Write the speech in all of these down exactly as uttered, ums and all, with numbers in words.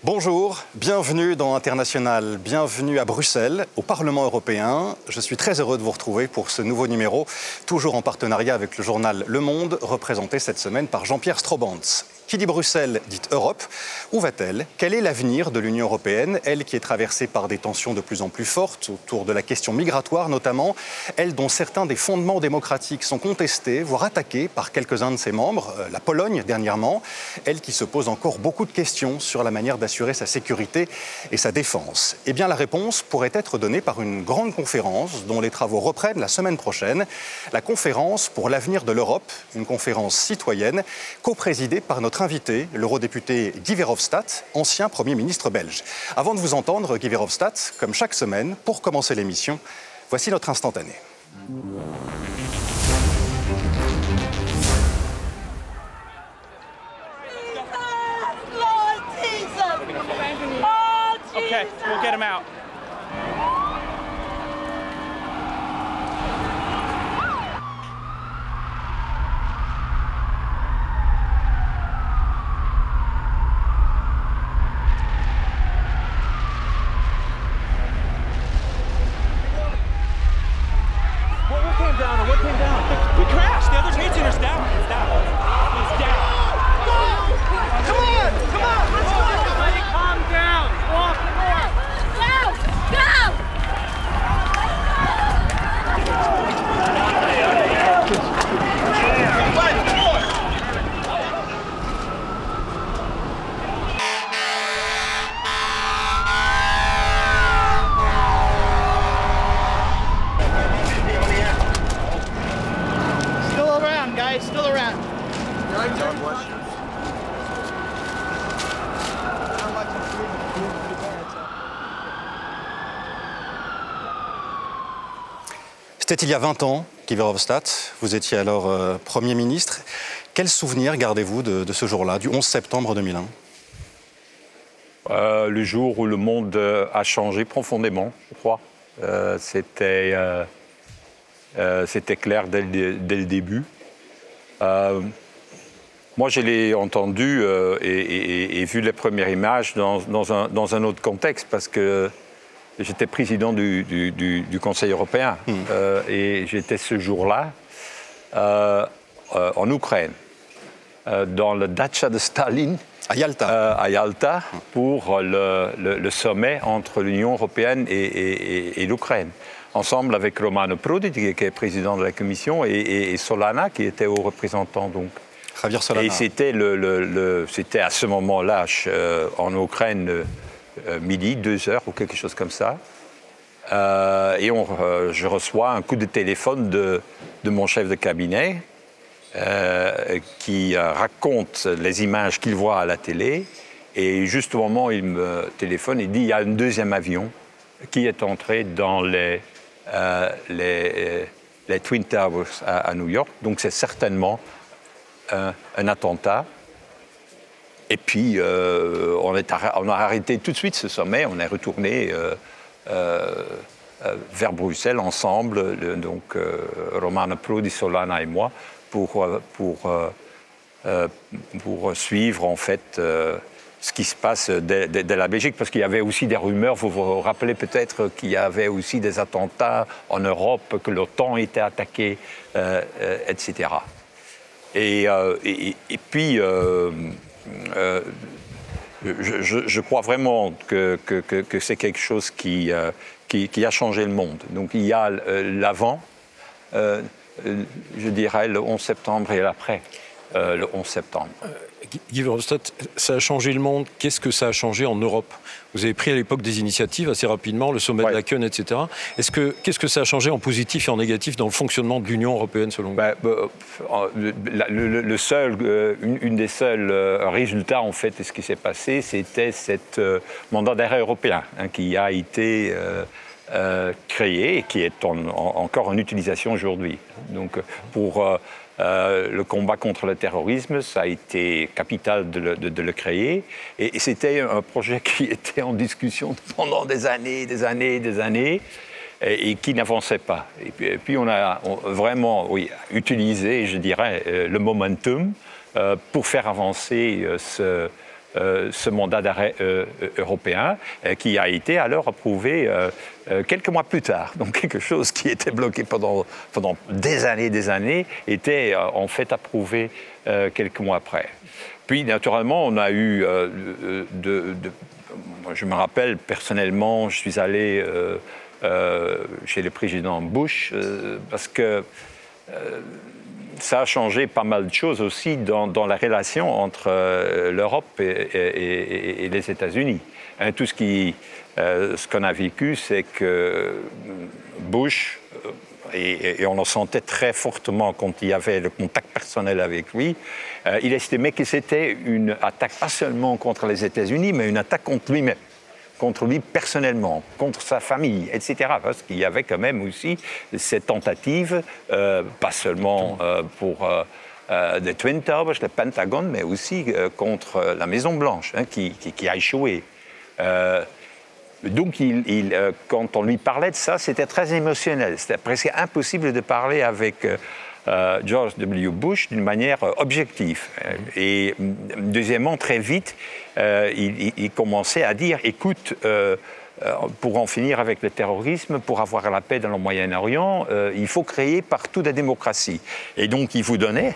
Bonjour, bienvenue dans International, bienvenue à Bruxelles, au Parlement européen. Je suis très heureux de vous retrouver pour ce nouveau numéro, toujours en partenariat avec le journal Le Monde, représenté cette semaine par Jean-Pierre Strobantz. Qui dit Bruxelles dit Europe. Où va-t-elle? Quel est l'avenir de l'Union européenne? Elle qui est traversée par des tensions de plus en plus fortes autour de la question migratoire notamment. Elle dont certains des fondements démocratiques sont contestés, voire attaqués par quelques-uns de ses membres. La Pologne dernièrement. Elle qui se pose encore beaucoup de questions sur la manière d'assurer sa sécurité et sa défense. Eh bien la réponse pourrait être donnée par une grande conférence dont les travaux reprennent la semaine prochaine. La conférence pour l'avenir de l'Europe, une conférence citoyenne co-présidée par notre invité, l'eurodéputé Guy Verhofstadt, ancien Premier ministre belge. Avant de vous entendre, Guy Verhofstadt, comme chaque semaine, pour commencer l'émission, voici notre instantané. Okay, we'll get him out. C'était il y a vingt ans, Guy Verhofstadt, vous étiez alors euh, Premier ministre. Quel souvenir gardez-vous de, de ce jour-là, du onze septembre deux mille un? euh, Le jour où le monde a changé profondément, je crois. Euh, c'était, euh, euh, c'était clair dès le, dès le début. Euh, moi, je l'ai entendu euh, et, et, et vu les premières images dans, dans, un, dans un autre contexte, parce que j'étais président du, du, du, du Conseil européen mmh. euh, et j'étais ce jour-là euh, euh, en Ukraine, euh, dans le Dacha de Staline, à Yalta, euh, à Yalta pour le, le, le sommet entre l'Union européenne et, et, et, et l'Ukraine, ensemble avec Romano Prodi, qui est président de la Commission, et, et, et Solana, qui était haut représentant. Donc. Javier Solana. Et c'était, le, le, le, c'était à ce moment-là, euh, en Ukraine, Euh, midi, deux heures ou quelque chose comme ça. Euh, et on, euh, je reçois un coup de téléphone de, de mon chef de cabinet euh, qui euh, raconte les images qu'il voit à la télé. Et juste au moment où il me téléphone, il dit il y a un deuxième avion qui est entré dans les, euh, les, les Twin Towers à, à New York. Donc c'est certainement un, un attentat. Et puis, euh, on, est arr- on a arrêté tout de suite ce sommet, on est retourné euh, euh, vers Bruxelles ensemble, le, donc euh, Romano Prodi, Solana et moi, pour, pour, euh, pour suivre en fait euh, ce qui se passe de, de, de la Belgique, parce qu'il y avait aussi des rumeurs, vous vous rappelez peut-être qu'il y avait aussi des attentats en Europe, que l'OTAN était attaqué, euh, euh, et cetera. Et, euh, et, et puis... Euh, Euh, je, je, je crois vraiment que, que, que, que c'est quelque chose qui, euh, qui, qui a changé le monde. Donc il y a euh, l'avant, euh, je dirais le onze septembre et l'après euh, le onze septembre. Guy Verhofstadt, ça a changé le monde. Qu'est-ce que ça a changé en Europe? Vous avez pris à l'époque des initiatives assez rapidement, le sommet ouais. de Laken, et cetera. Est-ce que, qu'est-ce que ça a changé en positif et en négatif dans le fonctionnement de l'Union européenne, selon vous? ben, le, le, le seul, une, une des seuls résultats, en fait, de ce qui s'est passé, c'était cet euh, mandat d'arrêt européen hein, qui a été euh, euh, créé et qui est en, en, encore en utilisation aujourd'hui. Donc, pour... Euh, Euh, le combat contre le terrorisme, ça a été capital de le, de, de le créer. Et, et c'était un projet qui était en discussion pendant des années, des années, des années, et, et qui n'avançait pas. Et puis, et puis on a on, vraiment oui, utilisé, je dirais, euh, le momentum euh, pour faire avancer euh, ce, euh, ce mandat d'arrêt euh, européen euh, qui a été alors approuvé euh, euh, quelques mois plus tard. Donc quelque chose qui était bloqué pendant, pendant des années des années était euh, en fait approuvé euh, quelques mois après. Puis naturellement, on a eu euh, de, de, je me rappelle personnellement, je suis allé euh, euh, chez le président Bush euh, parce que euh, ça a changé pas mal de choses aussi dans, dans la relation entre euh, l'Europe et, et, et les États-Unis. Hein, tout ce qui, euh, ce qu'on a vécu, c'est que Bush, et, et on le sentait très fortement quand il y avait le contact personnel avec lui, euh, il estimait que c'était une attaque pas seulement contre les États-Unis, mais une attaque contre lui-même, contre lui personnellement, contre sa famille, et cetera. Parce qu'il y avait quand même aussi cette tentative, euh, pas seulement euh, pour euh, euh, les Twin Towers, le Pentagone, mais aussi euh, contre la Maison-Blanche, hein, qui, qui, qui a échoué. Euh, donc, il, il, euh, quand on lui parlait de ça, c'était très émotionnel. C'était presque impossible de parler avec euh, euh, George W. Bush d'une manière euh, objective. Et deuxièmement, très vite, euh, il, il commençait à dire, écoute, euh, pour en finir avec le terrorisme, pour avoir la paix dans le Moyen-Orient, euh, il faut créer partout la démocratie. Et donc, il vous donnait...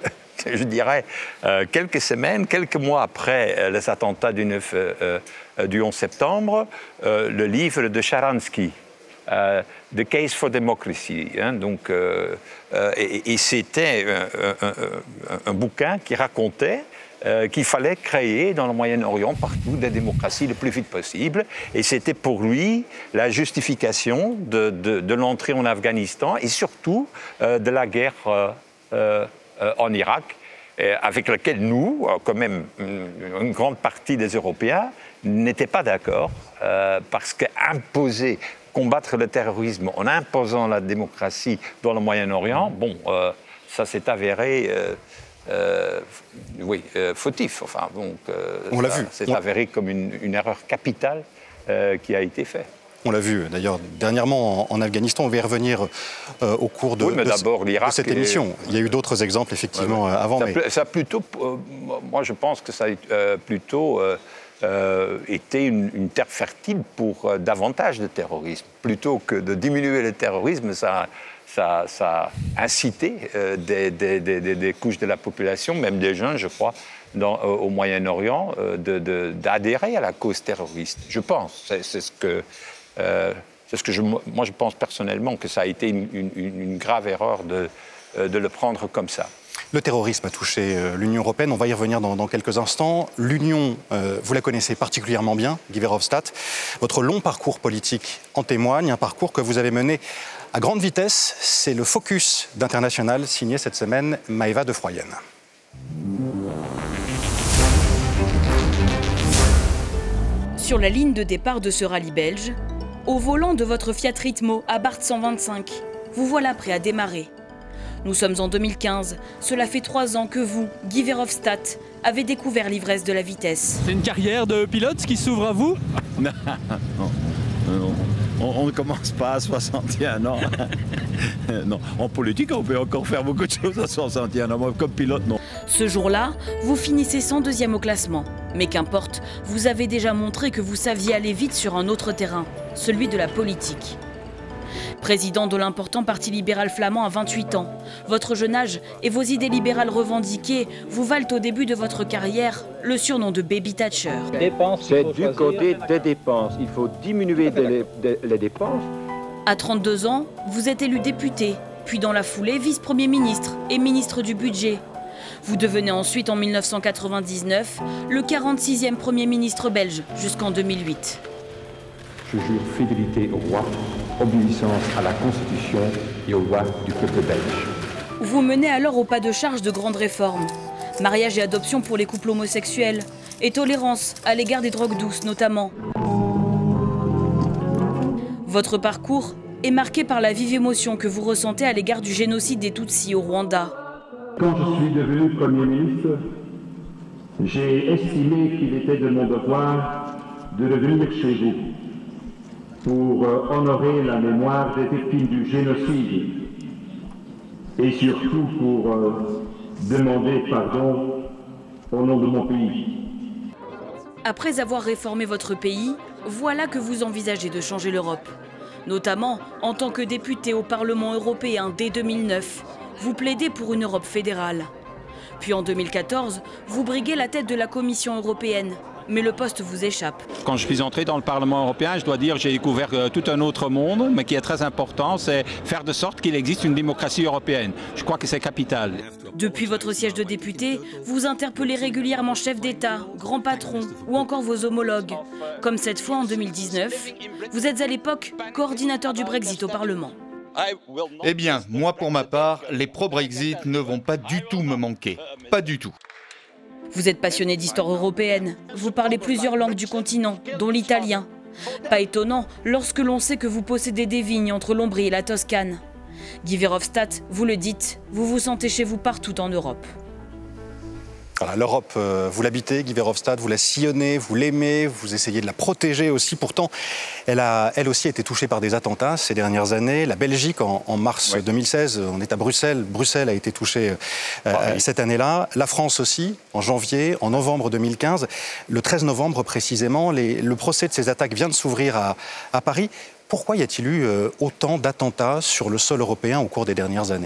je dirais, euh, quelques semaines, quelques mois après euh, les attentats du, neuf, euh, euh, du onze septembre, euh, le livre de Sharansky, euh, The Case for Democracy. Hein, donc, euh, euh, et, et c'était un, un, un, un bouquin qui racontait euh, qu'il fallait créer dans le Moyen-Orient partout des démocraties le plus vite possible. Et c'était pour lui la justification de, de, de l'entrée en Afghanistan et surtout euh, de la guerre euh, euh, Euh, en Irak, euh, avec lequel nous, euh, quand même une, une grande partie des Européens, n'étaient pas d'accord, euh, parce qu'imposer, combattre le terrorisme en imposant la démocratie dans le Moyen-Orient, bon, euh, ça s'est avéré, euh, euh, oui, euh, fautif. Enfin, donc, euh, on l'a vu. C'est on... avéré comme une, une erreur capitale euh, qui a été faite. On l'a vu, d'ailleurs, dernièrement en, en Afghanistan, on va y revenir euh, au cours de, oui, mais de, d'abord, de cette émission. Et... Il y a eu d'autres exemples, effectivement, ouais, ouais. avant. Ça, mais... ça a plutôt, euh, moi, je pense que ça a euh, plutôt euh, euh, été une, une terre fertile pour euh, davantage de terrorisme. Plutôt que de diminuer le terrorisme, ça, ça, ça a incité euh, des, des, des, des couches de la population, même des jeunes, je crois, dans, euh, au Moyen-Orient, euh, de, de, d'adhérer à la cause terroriste. Je pense, c'est, c'est ce que... Euh, c'est ce que je, moi je pense personnellement que ça a été une, une, une grave erreur de, de le prendre comme ça. Le terrorisme a touché l'Union européenne, on va y revenir dans, dans quelques instants. L'Union, euh, vous la connaissez particulièrement bien, Guy Verhofstadt. Votre long parcours politique en témoigne, un parcours que vous avez mené à grande vitesse. C'est le focus d'International signé cette semaine Maëva de Froyen. Sur la ligne de départ de ce rallye belge, au volant de votre Fiat Ritmo Abarth cent vingt-cinq, vous voilà prêt à démarrer. Nous sommes en deux mille quinze, cela fait trois ans que vous, Guy Verhofstadt, avez découvert l'ivresse de la vitesse. C'est une carrière de pilote qui s'ouvre à vous ? Non, non, non. On, on ne commence pas à soixante et un ans. Non, en politique, on peut encore faire beaucoup de choses à soixante et un ans, moi, comme pilote, non. Ce jour-là, vous finissez cent deuxième au classement. Mais qu'importe, vous avez déjà montré que vous saviez aller vite sur un autre terrain, celui de la politique. Président de l'important Parti libéral flamand à vingt-huit ans, votre jeune âge et vos idées libérales revendiquées vous valent au début de votre carrière le surnom de Baby Thatcher. C'est du côté des dépenses. Il faut diminuer les, les dépenses. À trente-deux ans, vous êtes élu député, puis dans la foulée vice-premier ministre et ministre du budget. Vous devenez ensuite en mille neuf cent quatre-vingt-dix-neuf le quarante-sixième Premier ministre belge jusqu'en deux mille huit. Je jure fidélité au roi, obéissance à la Constitution et aux lois du peuple belge. Vous menez alors au pas de charge de grandes réformes. Mariage et adoption pour les couples homosexuels et tolérance à l'égard des drogues douces notamment. Votre parcours est marqué par la vive émotion que vous ressentez à l'égard du génocide des Tutsis au Rwanda. Quand je suis devenu Premier ministre, j'ai estimé qu'il était de mon devoir de revenir chez vous pour honorer la mémoire des victimes du génocide et surtout pour euh, demander pardon au nom de mon pays. Après avoir réformé votre pays, voilà que vous envisagez de changer l'Europe. Notamment en tant que député au Parlement européen dès deux mille neuf. Vous plaidez pour une Europe fédérale. Puis en deux mille quatorze, vous briguez la tête de la Commission européenne. Mais le poste vous échappe. Quand je suis entré dans le Parlement européen, je dois dire que j'ai découvert euh, tout un autre monde, mais qui est très important, c'est faire de sorte qu'il existe une démocratie européenne. Je crois que c'est capital. Depuis votre siège de député, vous interpellez régulièrement chefs d'État, grands patrons ou encore vos homologues. Comme cette fois en deux mille dix-neuf, vous êtes à l'époque coordinateur du Brexit au Parlement. Eh bien, moi pour ma part, les pro-Brexit ne vont pas du tout me manquer. Pas du tout. Vous êtes passionné d'histoire européenne. Vous parlez plusieurs langues du continent, dont l'italien. Pas étonnant lorsque l'on sait que vous possédez des vignes entre l'Ombrie et la Toscane. Guy Verhofstadt, vous le dites, vous vous sentez chez vous partout en Europe. Voilà, l'Europe, euh, vous l'habitez, Guy Verhofstadt, vous la sillonnez, vous l'aimez, vous essayez de la protéger aussi. Pourtant, elle a elle aussi été touchée par des attentats ces dernières années. La Belgique, en, en mars ouais. deux mille seize, on est à Bruxelles. Bruxelles a été touchée euh, ouais. cette année-là. La France aussi, en janvier, en novembre deux mille quinze. Le treize novembre précisément, les, le procès de ces attaques vient de s'ouvrir à, à Paris. Pourquoi y a-t-il eu euh, autant d'attentats sur le sol européen au cours des dernières années ?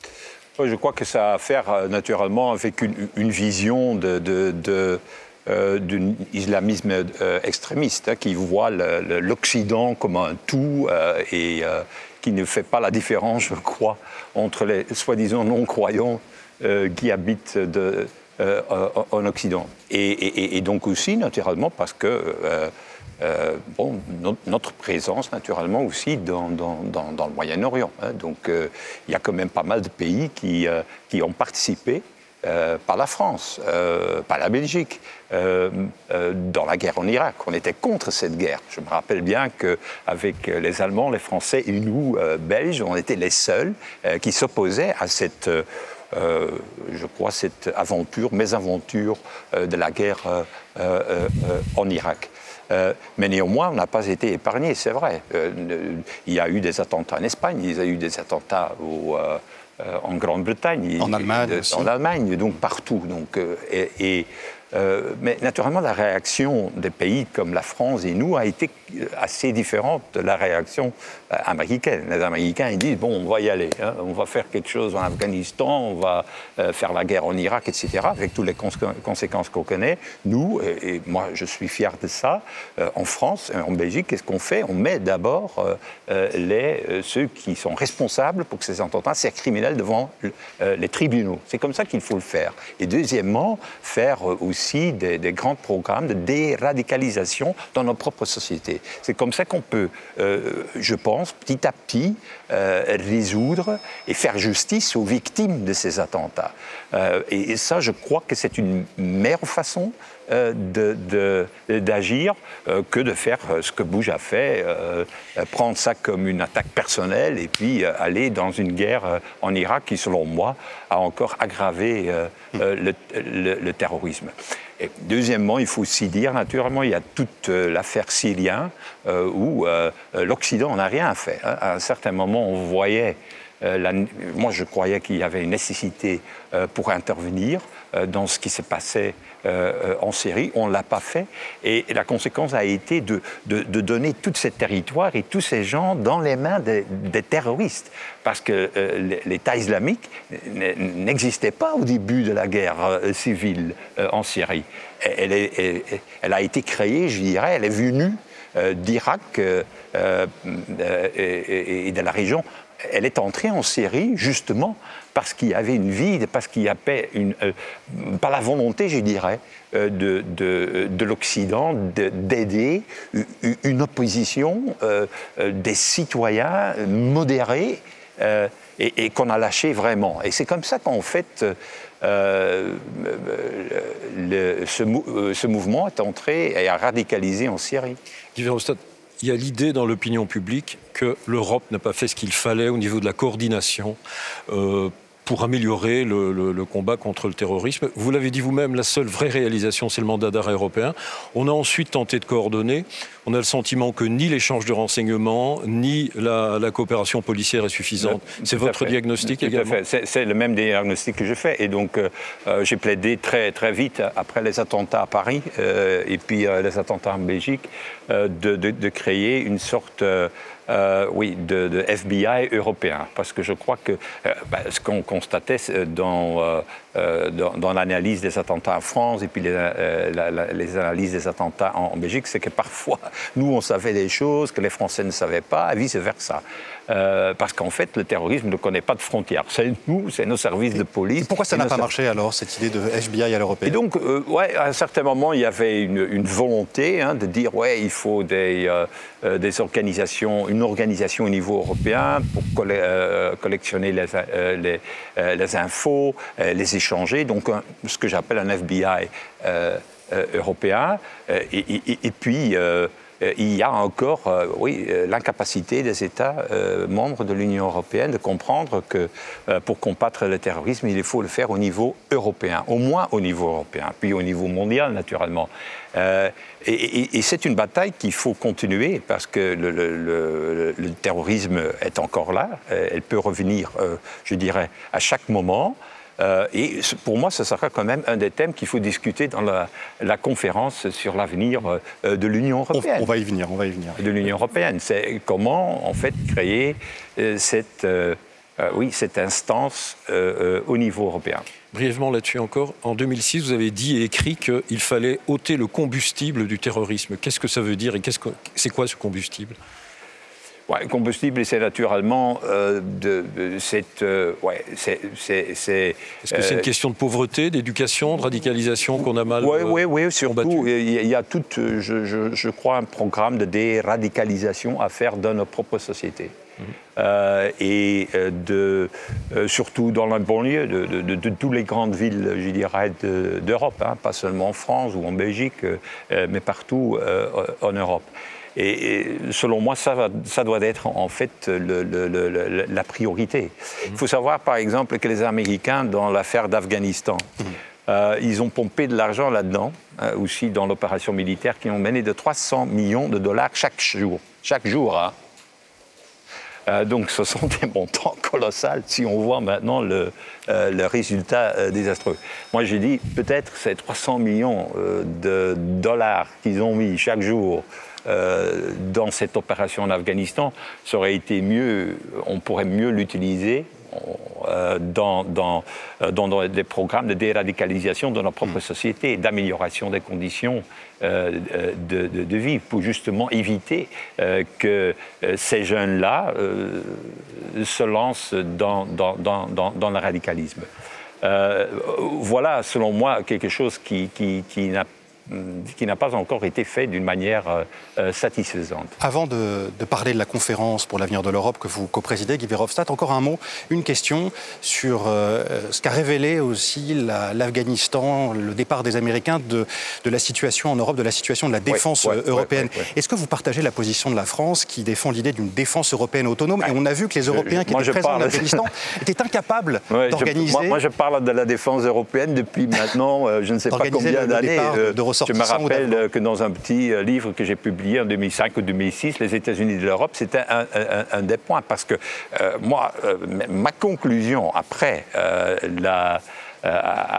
Je crois que ça a à faire naturellement avec une, une vision de, de, de, euh, d'un islamisme euh, extrémiste hein, qui voit le, le, l'Occident comme un tout euh, et euh, qui ne fait pas la différence, je crois, entre les soi-disant non-croyants euh, qui habitent de, euh, en Occident. Et, et, et donc aussi, naturellement, parce que euh, Euh, bon, no- notre présence, naturellement, aussi dans, dans, dans, dans le Moyen-Orient. Hein. Donc, euh, il y a quand même pas mal de pays qui, euh, qui ont participé, euh, par la France, euh, par la Belgique, euh, euh, dans la guerre en Irak. On était contre cette guerre. Je me rappelle bien qu'avec les Allemands, les Français et nous, euh, Belges, on était les seuls euh, qui s'opposaient à cette... Euh, Euh, je crois, cette aventure, mésaventure euh, de la guerre euh, euh, euh, en Irak. Euh, mais néanmoins, on n'a pas été épargné, c'est vrai. Euh, il y a eu des attentats en Espagne, il y a eu des attentats au, euh, euh, en Grande-Bretagne. En Allemagne de, aussi. En Allemagne, donc partout. Donc, euh, et, et, euh, mais naturellement, la réaction des pays comme la France et nous a été assez différente de la réaction euh, américaine. Les Américains, ils disent, bon, on va y aller, hein, on va faire quelque chose en Afghanistan, on va euh, faire la guerre en Irak, et cetera, avec toutes les cons- conséquences qu'on connaît. Nous, et, et moi, je suis fier de ça, euh, en France, en Belgique, qu'est-ce qu'on fait? On met d'abord euh, les, euh, ceux qui sont responsables pour que ces attentats, ces criminels, devant euh, les tribunaux. C'est comme ça qu'il faut le faire. Et deuxièmement, faire euh, aussi des, des grands programmes de déradicalisation dans nos propres sociétés. C'est comme ça qu'on peut, euh, je pense, petit à petit, euh, résoudre et faire justice aux victimes de ces attentats. Euh, et, et ça, je crois que c'est une meilleure façon euh, de, de, d'agir euh, que de faire ce que Bush a fait, euh, prendre ça comme une attaque personnelle et puis euh, aller dans une guerre euh, en Irak qui, selon moi, a encore aggravé euh, euh, le, le, le terrorisme. Et deuxièmement, il faut aussi dire, naturellement, il y a toute euh, l'affaire syrienne euh, où euh, l'Occident n'a rien fait. Hein. À un certain moment, on voyait, euh, la, moi je croyais qu'il y avait une nécessité euh, pour intervenir euh, dans ce qui s'est passé euh, en Syrie. On ne l'a pas fait. Et, et la conséquence a été de, de, de donner tous ces territoires et tous ces gens dans les mains des, des terroristes. Parce que euh, l'État islamique n'existait pas au début de la guerre euh, civile euh, en Syrie. Elle, est, elle, elle a été créée, je dirais, elle est venue euh, d'Irak euh, euh, et, et de la région. Elle est entrée en Syrie justement parce qu'il y avait une vide, parce qu'il y avait une, euh, pas la volonté, je dirais, euh, de, de, de l'Occident de, d'aider une opposition euh, des citoyens modérés euh, et, et qu'on a lâché vraiment. Et c'est comme ça qu'en fait, euh, le, ce, ce mouvement est entré et a radicalisé en Syrie. Guy Verhofstadt, il y a l'idée dans l'opinion publique que l'Europe n'a pas fait ce qu'il fallait au niveau de la coordination euh, pour améliorer le, le, le combat contre le terrorisme. Vous l'avez dit vous-même, la seule vraie réalisation, c'est le mandat d'arrêt européen. On a ensuite tenté de coordonner. On a le sentiment que ni l'échange de renseignements, ni la, la coopération policière est suffisante. C'est votre diagnostic Tout également ? C'est, c'est le même diagnostic que je fais. Et donc, euh, j'ai plaidé très, très vite, après les attentats à Paris euh, et puis euh, les attentats en Belgique, euh, de, de, de créer une sorte... Euh, Euh, oui, de, de F B I européen, parce que je crois que euh, bah, ce qu'on constatait dans, euh, dans, dans l'analyse des attentats en France et puis les, euh, la, la, les analyses des attentats en, en Belgique, c'est que parfois, nous, on savait des choses que les Français ne savaient pas, et vice-versa. Euh, parce qu'en fait, le terrorisme ne connaît pas de frontières. C'est nous, c'est nos services de police. Et pourquoi ça n'a pas ser... marché alors, cette idée de F B I à l'européenne ? Et donc, euh, ouais, à un certain moment, il y avait une, une volonté hein, de dire, ouais, il faut des, euh, des organisations, une organisation au niveau européen pour coll- euh, collectionner les, euh, les, euh, les infos, euh, les échanger. Donc, un, ce que j'appelle un F B I euh, euh, européen. Euh, et, et, et puis... Euh, il y a encore euh, oui, l'incapacité des États euh, membres de l'Union européenne de comprendre que euh, pour combattre le terrorisme, il faut le faire au niveau européen, au moins au niveau européen, puis au niveau mondial naturellement. Euh, et, et, et c'est une bataille qu'il faut continuer parce que le, le, le, le terrorisme est encore là, elle peut revenir, euh, je dirais, à chaque moment. Euh, et pour moi, ce sera quand même un des thèmes qu'il faut discuter dans la, la conférence sur l'avenir euh, de l'Union européenne. On, on va y venir, on va y venir. De l'Union européenne. C'est comment, en fait, créer euh, cette, euh, euh, oui, cette instance euh, euh, au niveau européen. Brièvement là-dessus encore, en deux mille six, vous avez dit et écrit qu'il fallait ôter le combustible du terrorisme. Qu'est-ce que ça veut dire et qu'est-ce que, c'est quoi ce combustible ? Ouais, combustible, c'est naturellement euh, de, de cette, euh, ouais, c'est, c'est, c'est. Est-ce que c'est euh, une question de pauvreté, d'éducation, de radicalisation qu'on a mal Oui, euh, oui, oui, surtout. Il y a tout, je, je, je crois, un programme de déradicalisation à faire dans nos propres sociétés. Mmh. Euh, et de, euh, surtout dans la banlieue de, de, de, de toutes les grandes villes, je dirais, de, d'Europe, hein, pas seulement en France ou en Belgique, euh, mais partout euh, en Europe. Et selon moi, ça, va, ça doit être en fait le, le, le, la priorité. Il mmh. faut savoir, par exemple, que les Américains, dans l'affaire d'Afghanistan, mmh. euh, ils ont pompé de l'argent là-dedans, euh, aussi dans l'opération militaire, qui ont mené de trois cents millions de dollars chaque jour. Chaque jour, hein. Euh, donc ce sont des montants colossaux si on voit maintenant le, euh, le résultat euh, désastreux. Moi j'ai dit, peut-être ces trois cents millions euh, de dollars qu'ils ont mis chaque jour Euh, dans cette opération en Afghanistan, ça aurait été mieux, on pourrait mieux l'utiliser euh, dans, dans, dans, dans des programmes de déradicalisation de notre propre mmh. société, d'amélioration des conditions euh, de, de, de vie, pour justement éviter euh, que euh, ces jeunes-là euh, se lancent dans, dans, dans, dans, dans le radicalisme. Euh, voilà, selon moi, quelque chose qui, qui, qui n'a qui n'a pas encore été fait d'une manière euh, satisfaisante. Avant de, de parler de la conférence pour l'avenir de l'Europe que vous co-présidez, Guy Verhofstadt, encore un mot, une question sur euh, ce qu'a révélé aussi la, l'Afghanistan, le départ des Américains de, de la situation en Europe, de la situation de la défense ouais, ouais, européenne. Ouais, ouais, ouais. Est-ce que vous partagez la position de la France qui défend l'idée d'une défense européenne autonome ? Ouais. Et on a vu que les Européens je, qui étaient présents parle... en Afghanistan étaient incapables ouais, d'organiser... Je, moi, moi, je parle de la défense européenne depuis maintenant, euh, je ne sais pas combien d'années. De, de Je me rappelle que dans un petit livre que j'ai publié en deux mille cinq ou deux mille six, les États-Unis de l'Europe, c'était un, un, un des points. Parce que euh, moi, euh, ma conclusion après, euh, la, euh,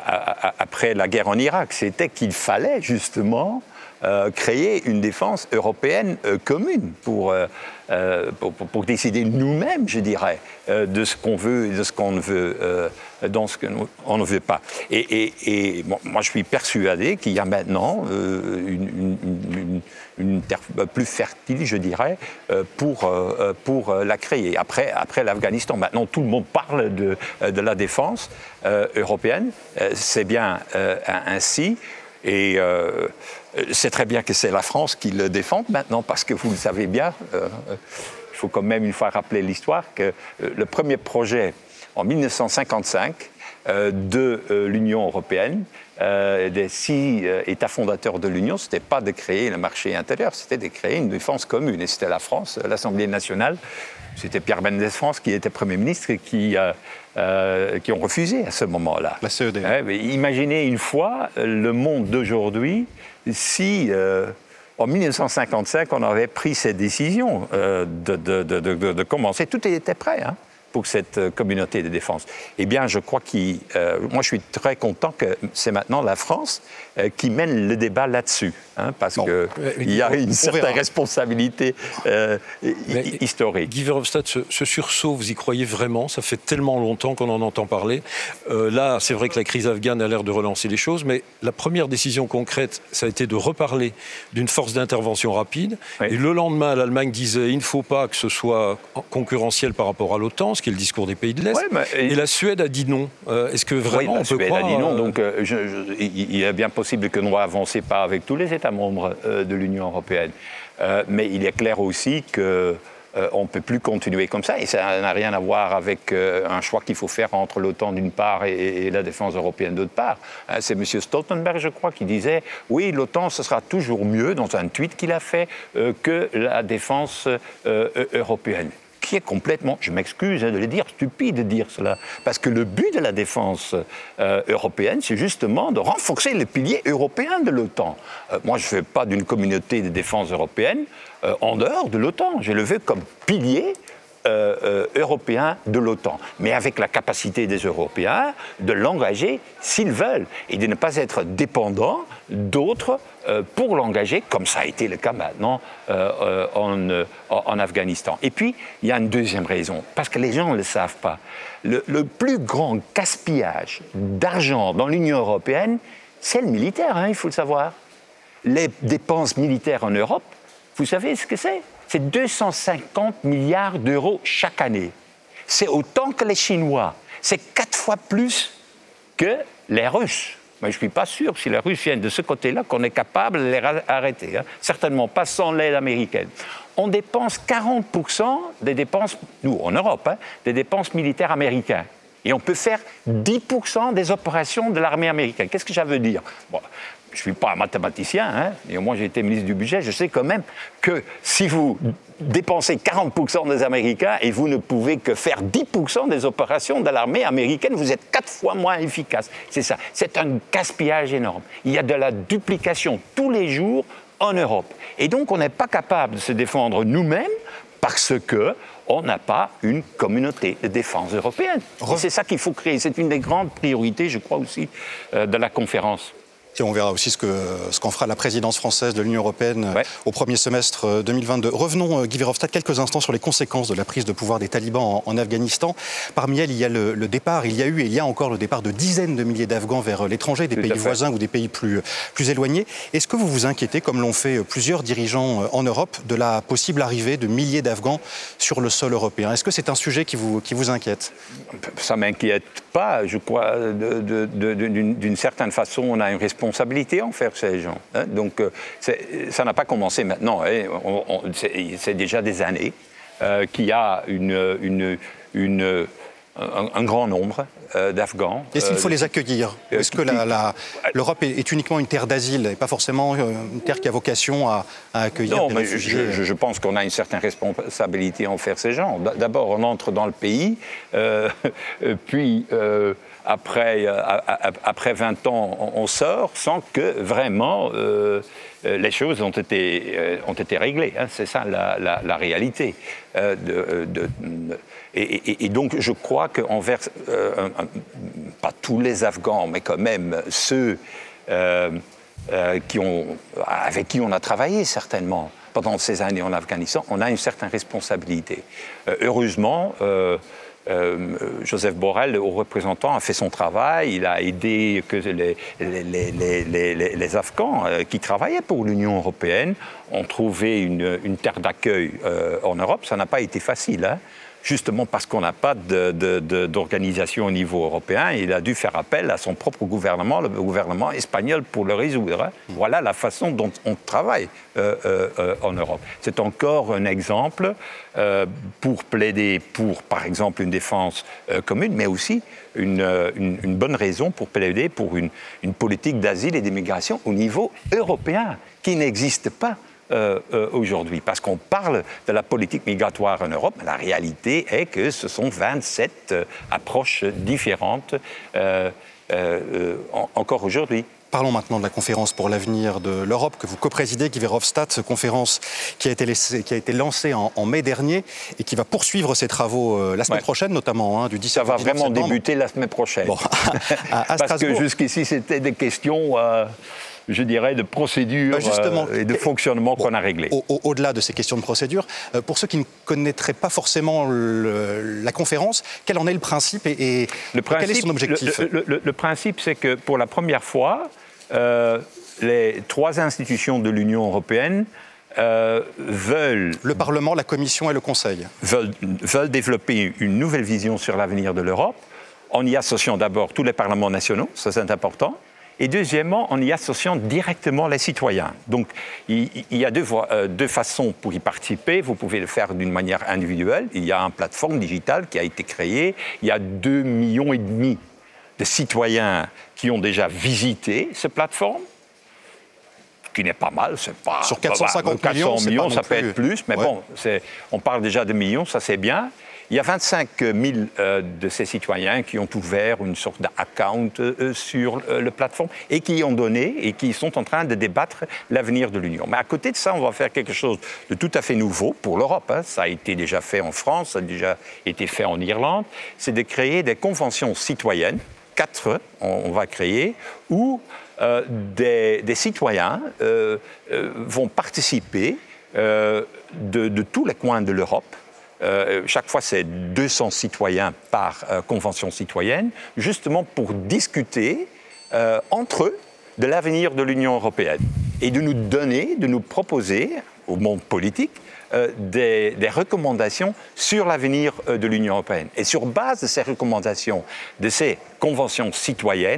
après la guerre en Irak, c'était qu'il fallait justement euh, créer une défense européenne euh, commune pour... Euh, Euh, pour, pour, pour décider nous-mêmes, je dirais, euh, de ce qu'on veut et de ce qu'on ne veut, euh, dans ce qu'on ne veut pas. Et, et, et bon, moi, je suis persuadé qu'il y a maintenant euh, une, une, une, une terre plus fertile, je dirais, euh, pour, euh, pour la créer. Après, après l'Afghanistan, maintenant, tout le monde parle de, de la défense euh, européenne. Euh, c'est bien euh, ainsi. Et euh, c'est très bien que c'est la France qui le défende maintenant, parce que vous le savez bien, euh, il faut quand même une fois rappeler l'histoire, que euh, le premier projet en mille neuf cent cinquante-cinq euh, de euh, l'Union européenne, euh, des six euh, États fondateurs de l'Union, ce n'était pas de créer le marché intérieur, c'était de créer une défense commune. Et c'était la France, l'Assemblée nationale, c'était Pierre Mendès France qui était Premier ministre et qui, euh, euh, qui ont refusé à ce moment-là. La C E D. Ouais, mais imaginez une fois le monde d'aujourd'hui si... Euh, En mille neuf cent cinquante-cinq, on avait pris cette décision euh, de, de, de, de, de commencer. Tout était prêt hein, pour cette communauté de défense. Eh bien, je crois que euh, moi, je suis très content que c'est maintenant la France euh, qui mène le débat là-dessus, hein, parce bon. qu'il y a une certaine responsabilité euh, historique. Guy Verhofstadt, ce, ce sursaut, vous y croyez vraiment? Ça fait tellement longtemps qu'on en entend parler. Euh, là, c'est vrai que la crise afghane a l'air de relancer les choses, mais la première décision concrète, ça a été de reparler d'une force d'intervention rapide. Oui. Et le lendemain, l'Allemagne disait il ne faut pas que ce soit concurrentiel par rapport à l'OTAN, ce qui est le discours des pays de l'Est. Ouais, mais... Et la Suède a dit non. Euh, est-ce que vraiment oui, on peut Suède croire... a dit non, euh... donc euh, je, je, il est bien possible que nous n'avancions pas avec tous les États membres euh, de l'Union européenne. Euh, mais il est clair aussi que Euh, on ne peut plus continuer comme ça, et ça n'a rien à voir avec euh, un choix qu'il faut faire entre l'OTAN d'une part et, et la défense européenne d'autre part. Hein, c'est M. Stoltenberg, je crois, qui disait « Oui, l'OTAN, ce sera toujours mieux », dans un tweet qu'il a fait, euh, que la défense euh, européenne. Qui est complètement, je m'excuse de le dire, stupide de dire cela. Parce que le but de la défense euh, européenne, c'est justement de renforcer le pilier européen de l'OTAN. Euh, moi, je ne fais pas d'une communauté de défense européenne euh, en dehors de l'OTAN. Je le veux comme pilier euh, euh, européen de l'OTAN. Mais avec la capacité des Européens de l'engager s'ils veulent et de ne pas être dépendants d'autres euh, pour l'engager, comme ça a été le cas maintenant euh, euh, en, euh, en Afghanistan. Et puis, il y a une deuxième raison, parce que les gens ne le savent pas. Le, le plus grand gaspillage d'argent dans l'Union européenne, c'est le militaire, hein, il faut le savoir. Les dépenses militaires en Europe, vous savez ce que c'est? C'est deux cent cinquante milliards d'euros chaque année. C'est autant que les Chinois. C'est quatre fois plus que les Russes. Mais je ne suis pas sûr, si les Russes viennent de ce côté-là, qu'on est capable de les arrêter. Hein. Certainement pas sans l'aide américaine. On dépense quarante pour cent des dépenses, nous, en Europe, hein, des dépenses militaires américaines. Et on peut faire dix pour cent des opérations de l'armée américaine. Qu'est-ce que ça veut dire? Bon, je ne suis pas un mathématicien, hein, et moi j'ai été ministre du budget, je sais quand même que si vous dépensez quarante pour cent des Américains et vous ne pouvez que faire dix pour cent des opérations de l'armée américaine, vous êtes quatre fois moins efficace. C'est ça, c'est un gaspillage énorme. Il y a de la duplication tous les jours en Europe. Et donc on n'est pas capable de se défendre nous-mêmes parce qu'on n'a pas une communauté de défense européenne. Et c'est ça qu'il faut créer. C'est une des grandes priorités, je crois aussi, euh, de la conférence. Et on verra aussi ce, que, ce qu'en fera la présidence française de l'Union européenne ouais. au premier semestre deux mille vingt-deux. Revenons, Guy Verhofstadt, quelques instants sur les conséquences de la prise de pouvoir des talibans en, en Afghanistan. Parmi elles, il y a le, le départ, il y a eu et il y a encore le départ de dizaines de milliers d'Afghans vers l'étranger, des Tout pays voisins ou des pays plus, plus éloignés. Est-ce que vous vous inquiétez, comme l'ont fait plusieurs dirigeants en Europe, de la possible arrivée de milliers d'Afghans sur le sol européen? Est-ce que c'est un sujet qui vous, qui vous inquiète? Ça ne m'inquiète pas. Je crois, de, de, de, d'une, d'une certaine façon, on a une responsabilité responsabilité envers ces gens. Hein. Donc, euh, ça n'a pas commencé maintenant. Hein. On, on, c'est, c'est déjà des années euh, qu'il y a une, une, une, un, un grand nombre euh, d'Afghans. Est-ce qu'il faut euh, les accueillir? euh, Est-ce que la, la, l'Europe est, est uniquement une terre d'asile et pas forcément une terre qui a vocation à, à accueillir non, des mais réfugiés? je, je pense qu'on a une certaine responsabilité envers ces gens. D'abord, on entre dans le pays, euh, puis... Euh, Après, euh, après vingt ans, on sort sans que vraiment euh, les choses ont été, euh, ont été réglées. Hein. C'est ça la, la, la réalité. Euh, de, de, de, et, et, et donc, je crois qu'envers, euh, un, pas tous les Afghans, mais quand même ceux euh, euh, qui ont, avec qui on a travaillé certainement pendant ces années en Afghanistan, on a une certaine responsabilité. Euh, heureusement, euh, Euh, Joseph Borrell, le haut représentant, a fait son travail. Il a aidé que les, les, les, les, les, les Afghans euh, qui travaillaient pour l'Union européenne ont trouvé une, une terre d'accueil euh, en Europe. Ça n'a pas été facile. Hein. justement parce qu'on n'a pas de, de, de, d'organisation au niveau européen, il a dû faire appel à son propre gouvernement, le gouvernement espagnol, pour le résoudre. Voilà la façon dont on travaille euh, euh, en Europe. C'est encore un exemple euh, pour plaider pour, par exemple, une défense euh, commune, mais aussi une, une, une bonne raison pour plaider pour une, une politique d'asile et d'immigration au niveau européen, qui n'existe pas Euh, euh, aujourd'hui, parce qu'on parle de la politique migratoire en Europe, mais la réalité est que ce sont vingt-sept euh, approches différentes euh, euh, en, encore aujourd'hui. Parlons maintenant de la conférence pour l'avenir de l'Europe que vous coprésidez, Guy Verhofstadt, conférence qui a été, laissée, qui a été lancée en, en mai dernier et qui va poursuivre ses travaux euh, la semaine ouais. prochaine, notamment hein, du dix-sept Ça va vraiment septembre. débuter la semaine prochaine. Bon, à, à Parce que jusqu'ici, c'était des questions... Euh, je dirais, de procédure bah euh, et de fonctionnement bon, qu'on a réglé. Au, au, au-delà de ces questions de procédure, euh, pour ceux qui ne connaîtraient pas forcément le, la conférence, quel en est le principe et, et le principe, quel est son objectif? Le, le, le, le principe, c'est que pour la première fois, euh, les trois institutions de l'Union européenne euh, veulent... Le Parlement, la Commission et le Conseil. Veulent, veulent développer une nouvelle vision sur l'avenir de l'Europe, en y associant d'abord tous les parlements nationaux, ça c'est important, et deuxièmement, en y associant directement les citoyens. Donc, il, il y a deux, voies, euh, deux façons pour y participer. Vous pouvez le faire d'une manière individuelle. Il y a une plateforme digitale qui a été créée. Il y a deux millions et demi de citoyens qui ont déjà visité cette plateforme, qui n'est pas mal. C'est pas, Sur quatre cent cinquante bah, millions, quatre cents millions, ça peut plus. être plus, mais ouais. bon, c'est, on parle déjà de millions, ça c'est bien. Il y a vingt-cinq mille euh, de ces citoyens qui ont ouvert une sorte d'account euh, sur euh, la plateforme et qui ont donné et qui sont en train de débattre l'avenir de l'Union. Mais à côté de ça, on va faire quelque chose de tout à fait nouveau pour l'Europe. Hein. Ça a été déjà fait en France, ça a déjà été fait en Irlande. C'est de créer des conventions citoyennes, quatre on, on va créer, où euh, des, des citoyens euh, euh, vont participer euh, de, de tous les coins de l'Europe. Euh, chaque fois, c'est deux cents citoyens par euh, convention citoyenne, justement pour discuter euh, entre eux de l'avenir de l'Union européenne et de nous donner, de nous proposer au monde politique euh, des, des recommandations sur l'avenir euh, de l'Union européenne. Et sur base de ces recommandations, de ces conventions citoyennes,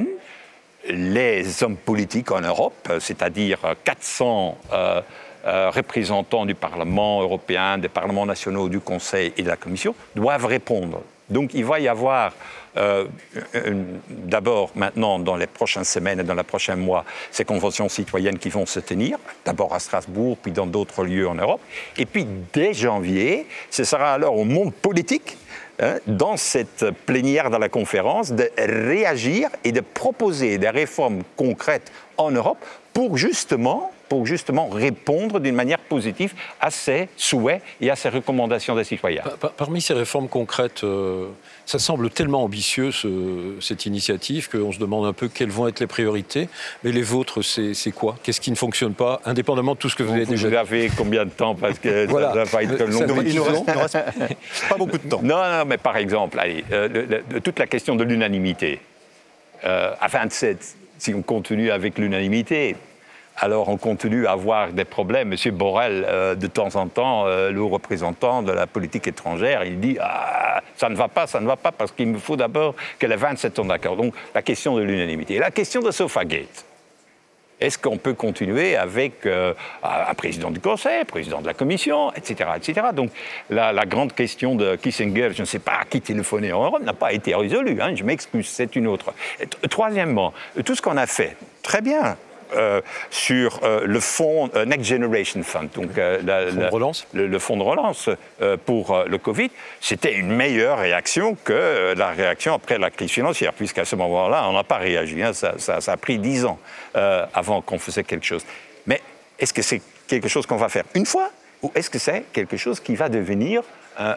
les hommes politiques en Europe, c'est-à-dire quatre cents euh, Euh, représentants du Parlement européen, des parlements nationaux, du Conseil et de la Commission, doivent répondre. Donc il va y avoir euh, une, d'abord maintenant dans les prochaines semaines et dans les prochains mois ces conventions citoyennes qui vont se tenir, d'abord à Strasbourg, puis dans d'autres lieux en Europe. Et puis dès janvier, ce sera alors au monde politique, hein, dans cette plénière de la conférence, de réagir et de proposer des réformes concrètes en Europe pour justement... pour justement répondre d'une manière positive à ces souhaits et à ces recommandations des citoyens. Par, parmi ces réformes concrètes, euh, ça semble tellement ambitieux, ce, cette initiative, qu'on se demande un peu quelles vont être les priorités. Mais les vôtres, c'est, c'est quoi? Qu'est-ce qui ne fonctionne pas, indépendamment de tout ce que vous, vous avez déjà dit? Vous avez combien de temps? Parce que voilà. Ça va être long. Il ne reste, reste pas beaucoup de temps. Non, non, mais par exemple, allez, euh, le, le, toute la question de l'unanimité. Euh, à vingt-sept, si on continue avec l'unanimité, alors on continue à avoir des problèmes. Monsieur Borrell, euh, de temps en temps, euh, le représentant de la politique étrangère, il dit ah, « ça ne va pas, ça ne va pas, parce qu'il me faut d'abord que les vingt-sept soient d'accord ». Donc la question de l'unanimité. Et la question de Sofagate. Est-ce qu'on peut continuer avec euh, un président du Conseil, un président de la Commission, et cetera, et cetera. Donc la, la grande question de Kissinger, je ne sais pas à qui téléphoner en Europe, n'a pas été résolue. Hein, je m'excuse, c'est une autre. Et t- troisièmement, tout ce qu'on a fait, très bien. Euh, sur euh, le fonds euh, Next Generation Fund, donc euh, la, fonds la, de relance. Le, le fonds de relance euh, pour euh, le Covid, c'était une meilleure réaction que euh, la réaction après la crise financière, puisqu'à ce moment-là, on n'a pas réagi. Hein, ça, ça, ça a pris dix ans euh, avant qu'on faisait quelque chose. Mais est-ce que c'est quelque chose qu'on va faire une fois, ou est-ce que c'est quelque chose qui va devenir Un,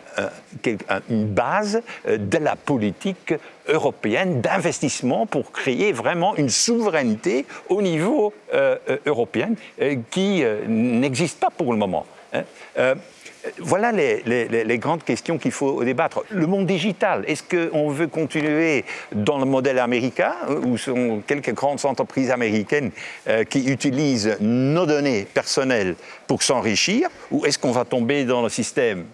un, une base de la politique européenne d'investissement pour créer vraiment une souveraineté au niveau euh, européen euh, qui euh, n'existe pas pour le moment. Hein. Euh, voilà les, les, les grandes questions qu'il faut débattre. Le monde digital, est-ce qu'on veut continuer dans le modèle américain, où sont quelques grandes entreprises américaines euh, qui utilisent nos données personnelles pour s'enrichir, ou est-ce qu'on va tomber dans le système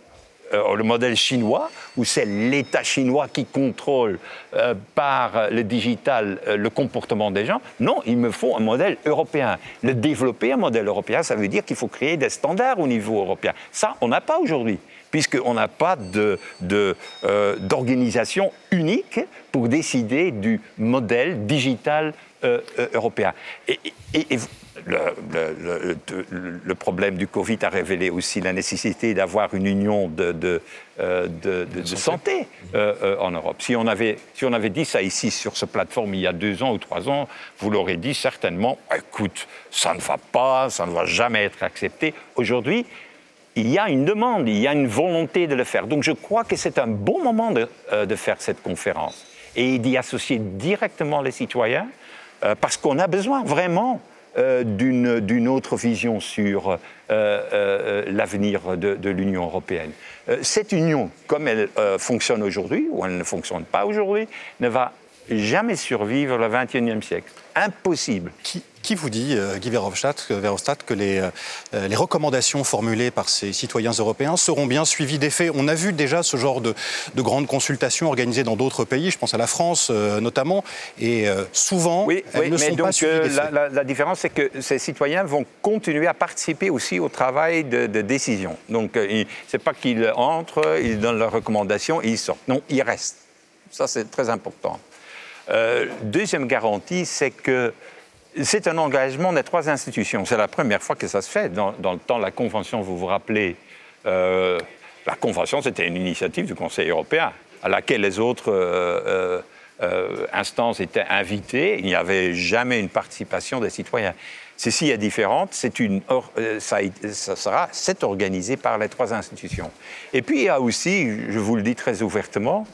euh, le modèle chinois, où c'est l'État chinois qui contrôle euh, par le digital euh, le comportement des gens. Non, il me faut un modèle européen. Le développer, un modèle européen, ça veut dire qu'il faut créer des standards au niveau européen. Ça, on n'a pas aujourd'hui, puisqu'on n'a pas de, de, euh, d'organisation unique pour décider du modèle digital euh, euh, européen. Et, et, et le, le, le, le problème du Covid a révélé aussi la nécessité d'avoir une union de, de, euh, de, de, de santé euh, euh, en Europe. Si on, avait, si on avait dit ça ici, sur cette plateforme, il y a deux ans ou trois ans, vous l'aurez dit certainement, écoute, ça ne va pas, ça ne va jamais être accepté. Aujourd'hui, il y a une demande, il y a une volonté de le faire. Donc je crois que c'est un bon moment de, euh, de faire cette conférence et d'y associer directement les citoyens, euh, parce qu'on a besoin vraiment euh, d'une, d'une autre vision sur euh, euh, l'avenir de, de l'Union européenne. Euh, cette union, comme elle euh, fonctionne aujourd'hui, ou elle ne fonctionne pas aujourd'hui, ne va jamais survivre le vingt et unième siècle. Impossible. Qui, qui vous dit, euh, Guy Verhofstadt, Verhofstadt que les, euh, les recommandations formulées par ces citoyens européens seront bien suivies des faits? On a vu déjà ce genre de, de grandes consultations organisées dans d'autres pays, je pense à la France euh, notamment, et euh, souvent, oui, elles oui, ne mais sont donc, pas suivies euh, des faits. La, la, la différence, c'est que ces citoyens vont continuer à participer aussi au travail de, de décision. Donc, euh, ce n'est pas qu'ils entrent, ils donnent leurs recommandations et ils sortent. Non, ils restent. Ça, c'est très important. Euh, deuxième garantie, c'est que c'est un engagement des trois institutions. C'est la première fois que ça se fait. Dans, dans le temps, la Convention, vous vous rappelez, euh, la Convention, c'était une initiative du Conseil européen, à laquelle les autres euh, euh, instances étaient invitées. Il n'y avait jamais une participation des citoyens. Ceci est différent, c'est une, ça, ça sera, c'est organisé par les trois institutions. Et puis, il y a aussi, je vous le dis très ouvertement,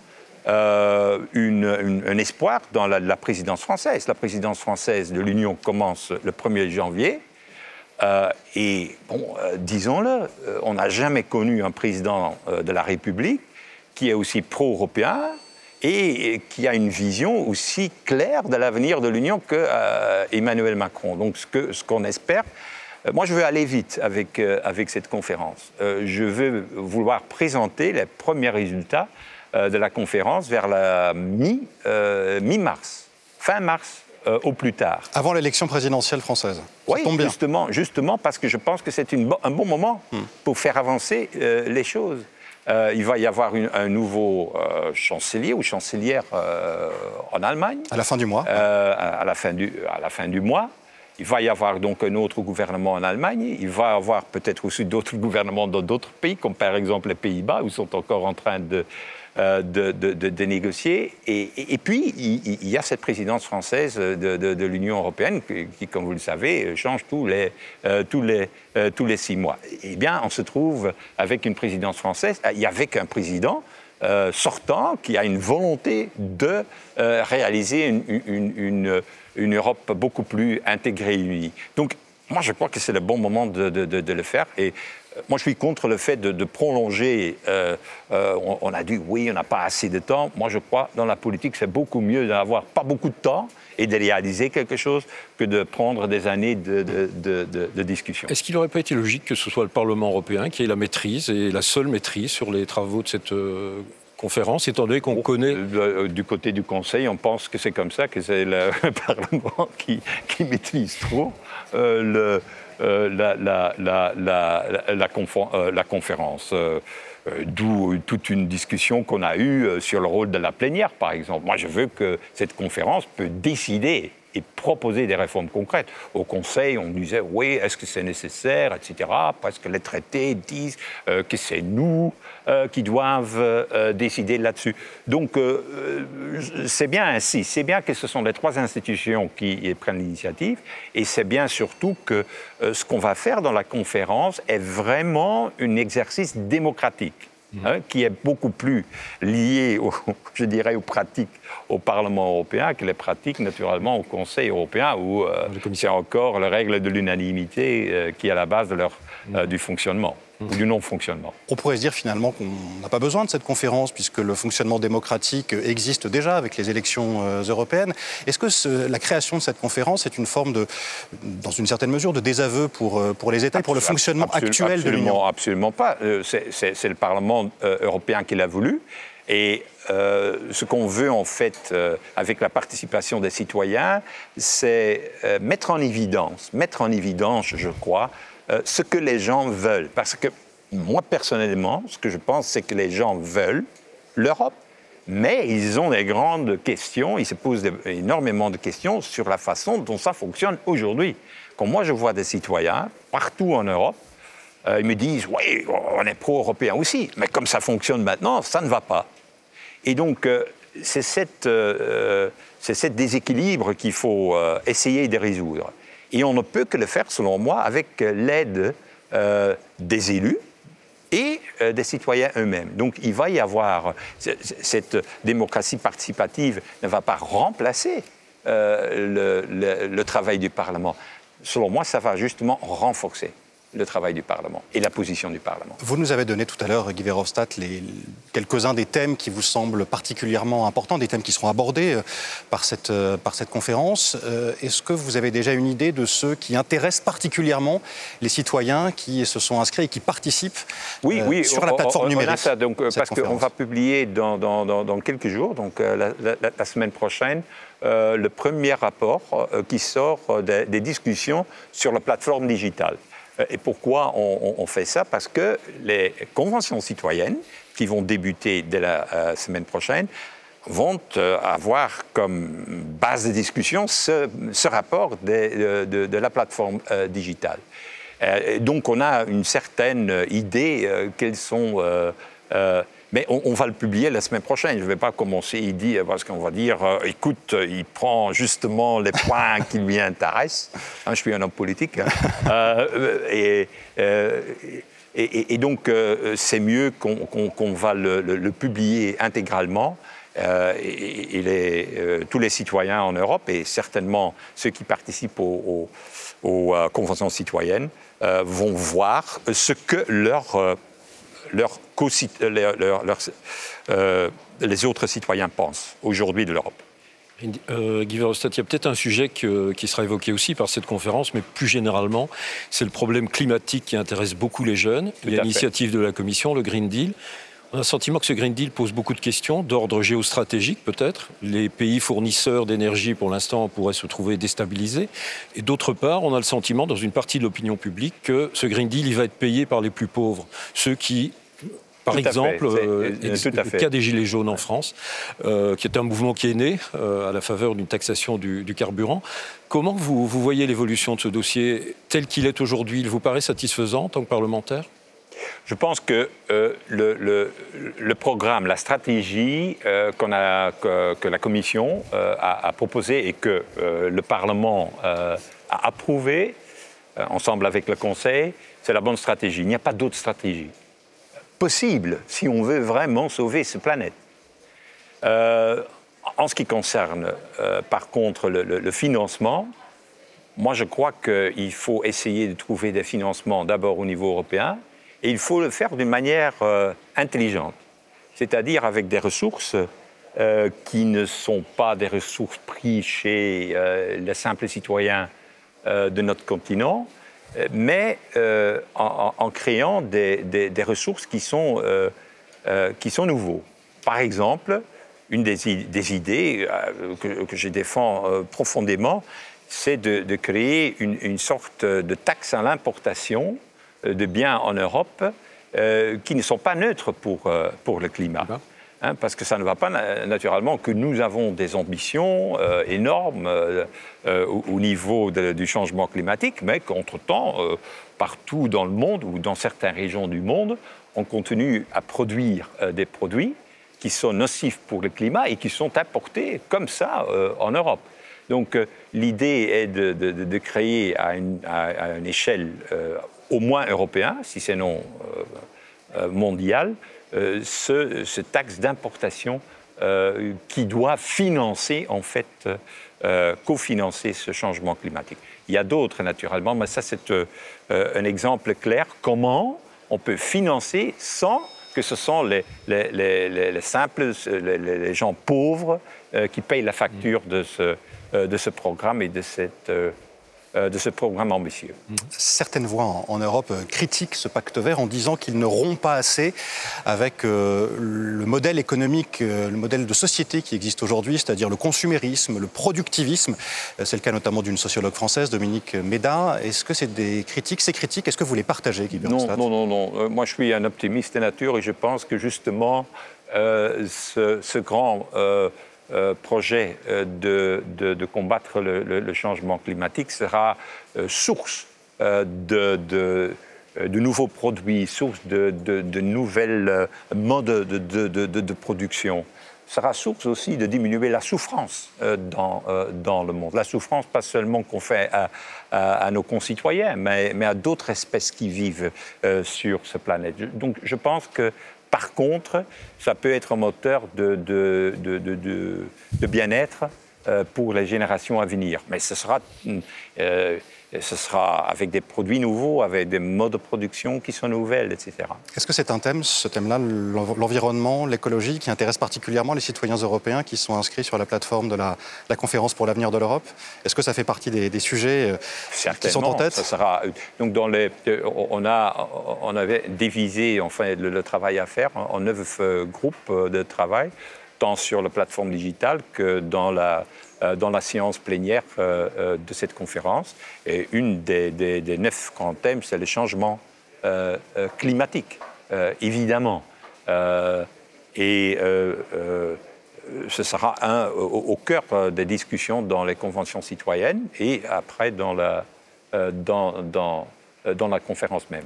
Euh, une, une, un espoir dans la, la présidence française. La présidence française de l'Union commence le premier janvier. Euh, et, bon, euh, disons-le, euh, on n'a jamais connu un président euh, de la République qui est aussi pro-européen et, et qui a une vision aussi claire de l'avenir de l'Union que euh, Emmanuel Macron. Donc, ce, que, ce qu'on espère... Euh, moi, je veux aller vite avec, euh, avec cette conférence. Euh, je veux vouloir présenter les premiers résultats de la conférence vers la mi, euh, mi-mars, fin mars euh, au plus tard. Avant l'élection présidentielle française. Ça oui, tombe bien. Justement, justement parce que je pense que c'est une bo- un bon moment hmm. pour faire avancer euh, les choses. Euh, il va y avoir une, un nouveau euh, chancelier ou chancelière euh, en Allemagne. À la fin du mois. Euh, à, à, la fin du, à la fin du mois. Il va y avoir donc un autre gouvernement en Allemagne. Il va y avoir peut-être aussi d'autres gouvernements dans d'autres pays, comme par exemple les Pays-Bas, où ils sont encore en train de... Euh, de, de, de, de négocier. Et, et, et puis, il, il y a cette présidence française de, de, de l'Union européenne qui, qui, comme vous le savez, change tous les, euh, tous, les, euh, tous les six mois. Eh bien, on se trouve avec une présidence française, et avec un président euh, sortant qui a une volonté de euh, réaliser une, une, une, une Europe beaucoup plus intégrée et unie. Donc, moi, je crois que c'est le bon moment de, de, de, de le faire. Et moi, je suis contre le fait de, de prolonger. Euh, euh, on, on a dit, oui, on n'a pas assez de temps. Moi, je crois, dans la politique, c'est beaucoup mieux d'avoir pas beaucoup de temps et de réaliser quelque chose que de prendre des années de, de, de, de, de discussion. Est-ce qu'il n'aurait pas été logique que ce soit le Parlement européen qui ait la maîtrise, et la seule maîtrise sur les travaux de cette euh, conférence, étant donné qu'on connaît... Du côté du Conseil, on pense que c'est comme ça, que c'est le Parlement qui, qui maîtrise trop euh, le... Euh, la, la, la, la, la, confé- euh, la conférence. Euh, euh, d'où toute une discussion qu'on a eue euh, sur le rôle de la plénière, par exemple. Moi, je veux que cette conférence peut décider et proposer des réformes concrètes. Au Conseil, on disait, oui, est-ce que c'est nécessaire, et cetera. Parce que les traités disent euh, que c'est nous euh, qui doivent euh, décider là-dessus. Donc, euh, c'est bien ainsi. C'est bien que ce sont les trois institutions qui prennent l'initiative. Et c'est bien surtout que euh, ce qu'on va faire dans la conférence est vraiment un exercice démocratique. Hein, qui est beaucoup plus lié, au, je dirais, aux pratiques au Parlement européen que les pratiques, naturellement, au Conseil européen, où euh, c'est encore la règle de l'unanimité euh, qui est à la base de leur, euh, du fonctionnement. ou du non-fonctionnement. On pourrait se dire finalement qu'on n'a pas besoin de cette conférence puisque le fonctionnement démocratique existe déjà avec les élections euh, européennes. Est-ce que ce, la création de cette conférence est une forme de, dans une certaine mesure, de désaveu pour, pour les États et pour le fonctionnement Absol- actuel absolument, de l'Union? Absolument pas. Euh, c'est, c'est, c'est le Parlement euh, européen qui l'a voulu. Et euh, ce qu'on veut en fait euh, avec la participation des citoyens, c'est euh, mettre en évidence, mettre en évidence, je crois, euh, ce que les gens veulent. Parce que moi personnellement, ce que je pense, c'est que les gens veulent l'Europe, mais ils ont des grandes questions, ils se posent des, énormément de questions sur la façon dont ça fonctionne aujourd'hui. Quand moi je vois des citoyens partout en Europe, Euh, ils me disent, oui, on est pro-européen aussi, mais comme ça fonctionne maintenant, ça ne va pas. Et donc, euh, c'est, cette, euh, c'est cet déséquilibre qu'il faut euh, essayer de résoudre. Et on ne peut que le faire, selon moi, avec l'aide euh, des élus et euh, des citoyens eux-mêmes. Donc, il va y avoir... Cette démocratie participative ne va pas remplacer euh, le, le, le travail du Parlement. Selon moi, ça va justement renforcer le travail du Parlement et la position du Parlement. Vous nous avez donné tout à l'heure, Guy Verhofstadt, les, quelques-uns des thèmes qui vous semblent particulièrement importants, des thèmes qui seront abordés par cette, euh, par cette conférence. Euh, est-ce que vous avez déjà une idée de ceux qui intéressent particulièrement les citoyens qui se sont inscrits et qui participent oui, euh, oui, sur la on, plateforme on, on numérique a ça, donc, parce qu'on va publier dans, dans, dans, dans quelques jours, donc euh, la, la, la semaine prochaine, euh, le premier rapport euh, qui sort euh, des, des discussions sur la plateforme digitale. Et pourquoi on, on fait ça? Parce que les conventions citoyennes, qui vont débuter dès la euh, semaine prochaine, vont euh, avoir comme base de discussion ce, ce rapport de, de, de la plateforme euh, digitale. Euh, donc on a une certaine idée euh, quels sont... Euh, euh, mais on, on va le publier la semaine prochaine. Je ne vais pas commencer à dire, parce qu'on va dire, euh, écoute, il prend justement les points qui lui intéressent. Hein, je suis un homme politique. Hein. euh, et, euh, et, et, et donc, euh, c'est mieux qu'on, qu'on, qu'on va le, le, le publier intégralement. Euh, et, et les, euh, tous les citoyens en Europe, et certainement ceux qui participent aux, aux, aux euh, conventions citoyennes, euh, vont voir ce que leur... Euh, Leur, leur, leur, leur, euh, les autres citoyens pensent aujourd'hui de l'Europe. Euh, Guy Verhofstadt, il y a peut-être un sujet que, qui sera évoqué aussi par cette conférence, mais plus généralement, c'est le problème climatique qui intéresse beaucoup les jeunes. Tout il y a l'initiative de la Commission, le Green Deal. On a le sentiment que ce Green Deal pose beaucoup de questions, d'ordre géostratégique peut-être. Les pays fournisseurs d'énergie, pour l'instant, pourraient se trouver déstabilisés. Et d'autre part, on a le sentiment, dans une partie de l'opinion publique, que ce Green Deal, il va être payé par les plus pauvres. Ceux qui... Par tout exemple, euh, le cas des Gilets jaunes en France, euh, qui est un mouvement qui est né euh, à la faveur d'une taxation du, du carburant. Comment vous, vous voyez l'évolution de ce dossier tel qu'il est aujourd'hui? Il vous paraît satisfaisant en tant que parlementaire? Je pense que euh, le, le, le programme, la stratégie euh, qu'on a, que, que la Commission euh, a, a proposée et que euh, le Parlement euh, a approuvé, euh, ensemble avec le Conseil, c'est la bonne stratégie. Il n'y a pas d'autre stratégie possible si on veut vraiment sauver cette planète. Euh, en ce qui concerne, euh, par contre, le, le, le financement, moi je crois qu'il faut essayer de trouver des financements d'abord au niveau européen, et il faut le faire d'une manière euh, intelligente, c'est-à-dire avec des ressources euh, qui ne sont pas des ressources prises chez euh, les simples citoyens euh, de notre continent, mais euh, en, en créant des, des, des ressources qui sont, euh, euh, qui sont nouveaux. Par exemple, une des, des idées euh, que, que je défends euh, profondément, c'est de, de créer une, une sorte de taxe à l'importation de biens en Europe euh, qui ne sont pas neutres pour, euh, pour le climat. Hein, parce que ça ne va pas naturellement que nous avons des ambitions euh, énormes euh, euh, au, au niveau de, du changement climatique, mais qu'entre-temps, euh, partout dans le monde ou dans certaines régions du monde, on continue à produire euh, des produits qui sont nocifs pour le climat et qui sont importés comme ça euh, en Europe. Donc euh, l'idée est de, de, de créer à une, à, à une échelle euh, au moins européenne, si c'est non euh, mondiale, Euh, ce, ce taxe d'importation euh, qui doit financer, en fait, euh, cofinancer ce changement climatique. Il y a d'autres, naturellement, mais ça, c'est euh, un exemple clair. Comment on peut financer sans que ce sont les, les, les, les, les simples, les, les gens pauvres euh, qui payent la facture de ce, euh, de ce programme et de cette... Euh, de ce programme ambitieux. Certaines voix en, en Europe critiquent ce pacte vert en disant qu'il ne rompt pas assez avec euh, le modèle économique, euh, le modèle de société qui existe aujourd'hui, c'est-à-dire le consumérisme, le productivisme. C'est le cas notamment d'une sociologue française, Dominique Méda. Est-ce que c'est des critiques, ces critiques, est-ce que vous les partagez, Guy Verhofstadt ? Non, non, non, non. Euh, moi, je suis un optimiste de nature et je pense que justement, euh, ce, ce grand... Euh, Euh, projet euh, de, de, de combattre le, le, le changement climatique sera euh, source euh, de, de, de nouveaux produits, source de, de, de nouvelles euh, modes de, de, de, de production. Sera source aussi de diminuer la souffrance euh, dans, euh, dans le monde. La souffrance, pas seulement qu'on fait à, à, à nos concitoyens, mais, mais à d'autres espèces qui vivent euh, sur cette planète. Donc je pense que par contre, ça peut être un moteur de, de, de, de, de, de bien-être euh, pour les générations à venir. Mais ce sera, euh, ce sera avec des produits nouveaux, avec des modes de production qui sont nouvelles, et cetera. Est-ce que c'est un thème, ce thème-là, l'environnement, l'écologie, qui intéresse particulièrement les citoyens européens qui sont inscrits sur la plateforme de la, la conférence pour l'avenir de l'Europe ? Est-ce que ça fait partie des, des sujets qui sont en tête ? Ça sera, donc dans les, on, a, on avait divisé enfin, le, le travail à faire en neuf groupes de travail, tant sur la plateforme digitale que dans la, dans la séance plénière de cette conférence. Et une des, des, des neuf grands thèmes, c'est le changement euh, climatique, euh, évidemment. Euh, et euh, euh, ce sera un, au, au cœur des discussions dans les conventions citoyennes et après dans la, euh, dans, dans, dans la conférence même.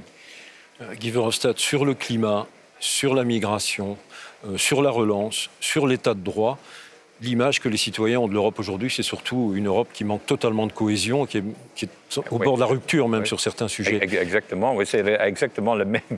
Guy Verhofstadt, sur le climat, sur la migration, euh, sur la relance, sur l'état de droit, l'image que les citoyens ont de l'Europe aujourd'hui, c'est surtout une Europe qui manque totalement de cohésion, qui est, qui est au oui. bord de la rupture même oui. sur certains sujets. Exactement, oui, c'est exactement la même,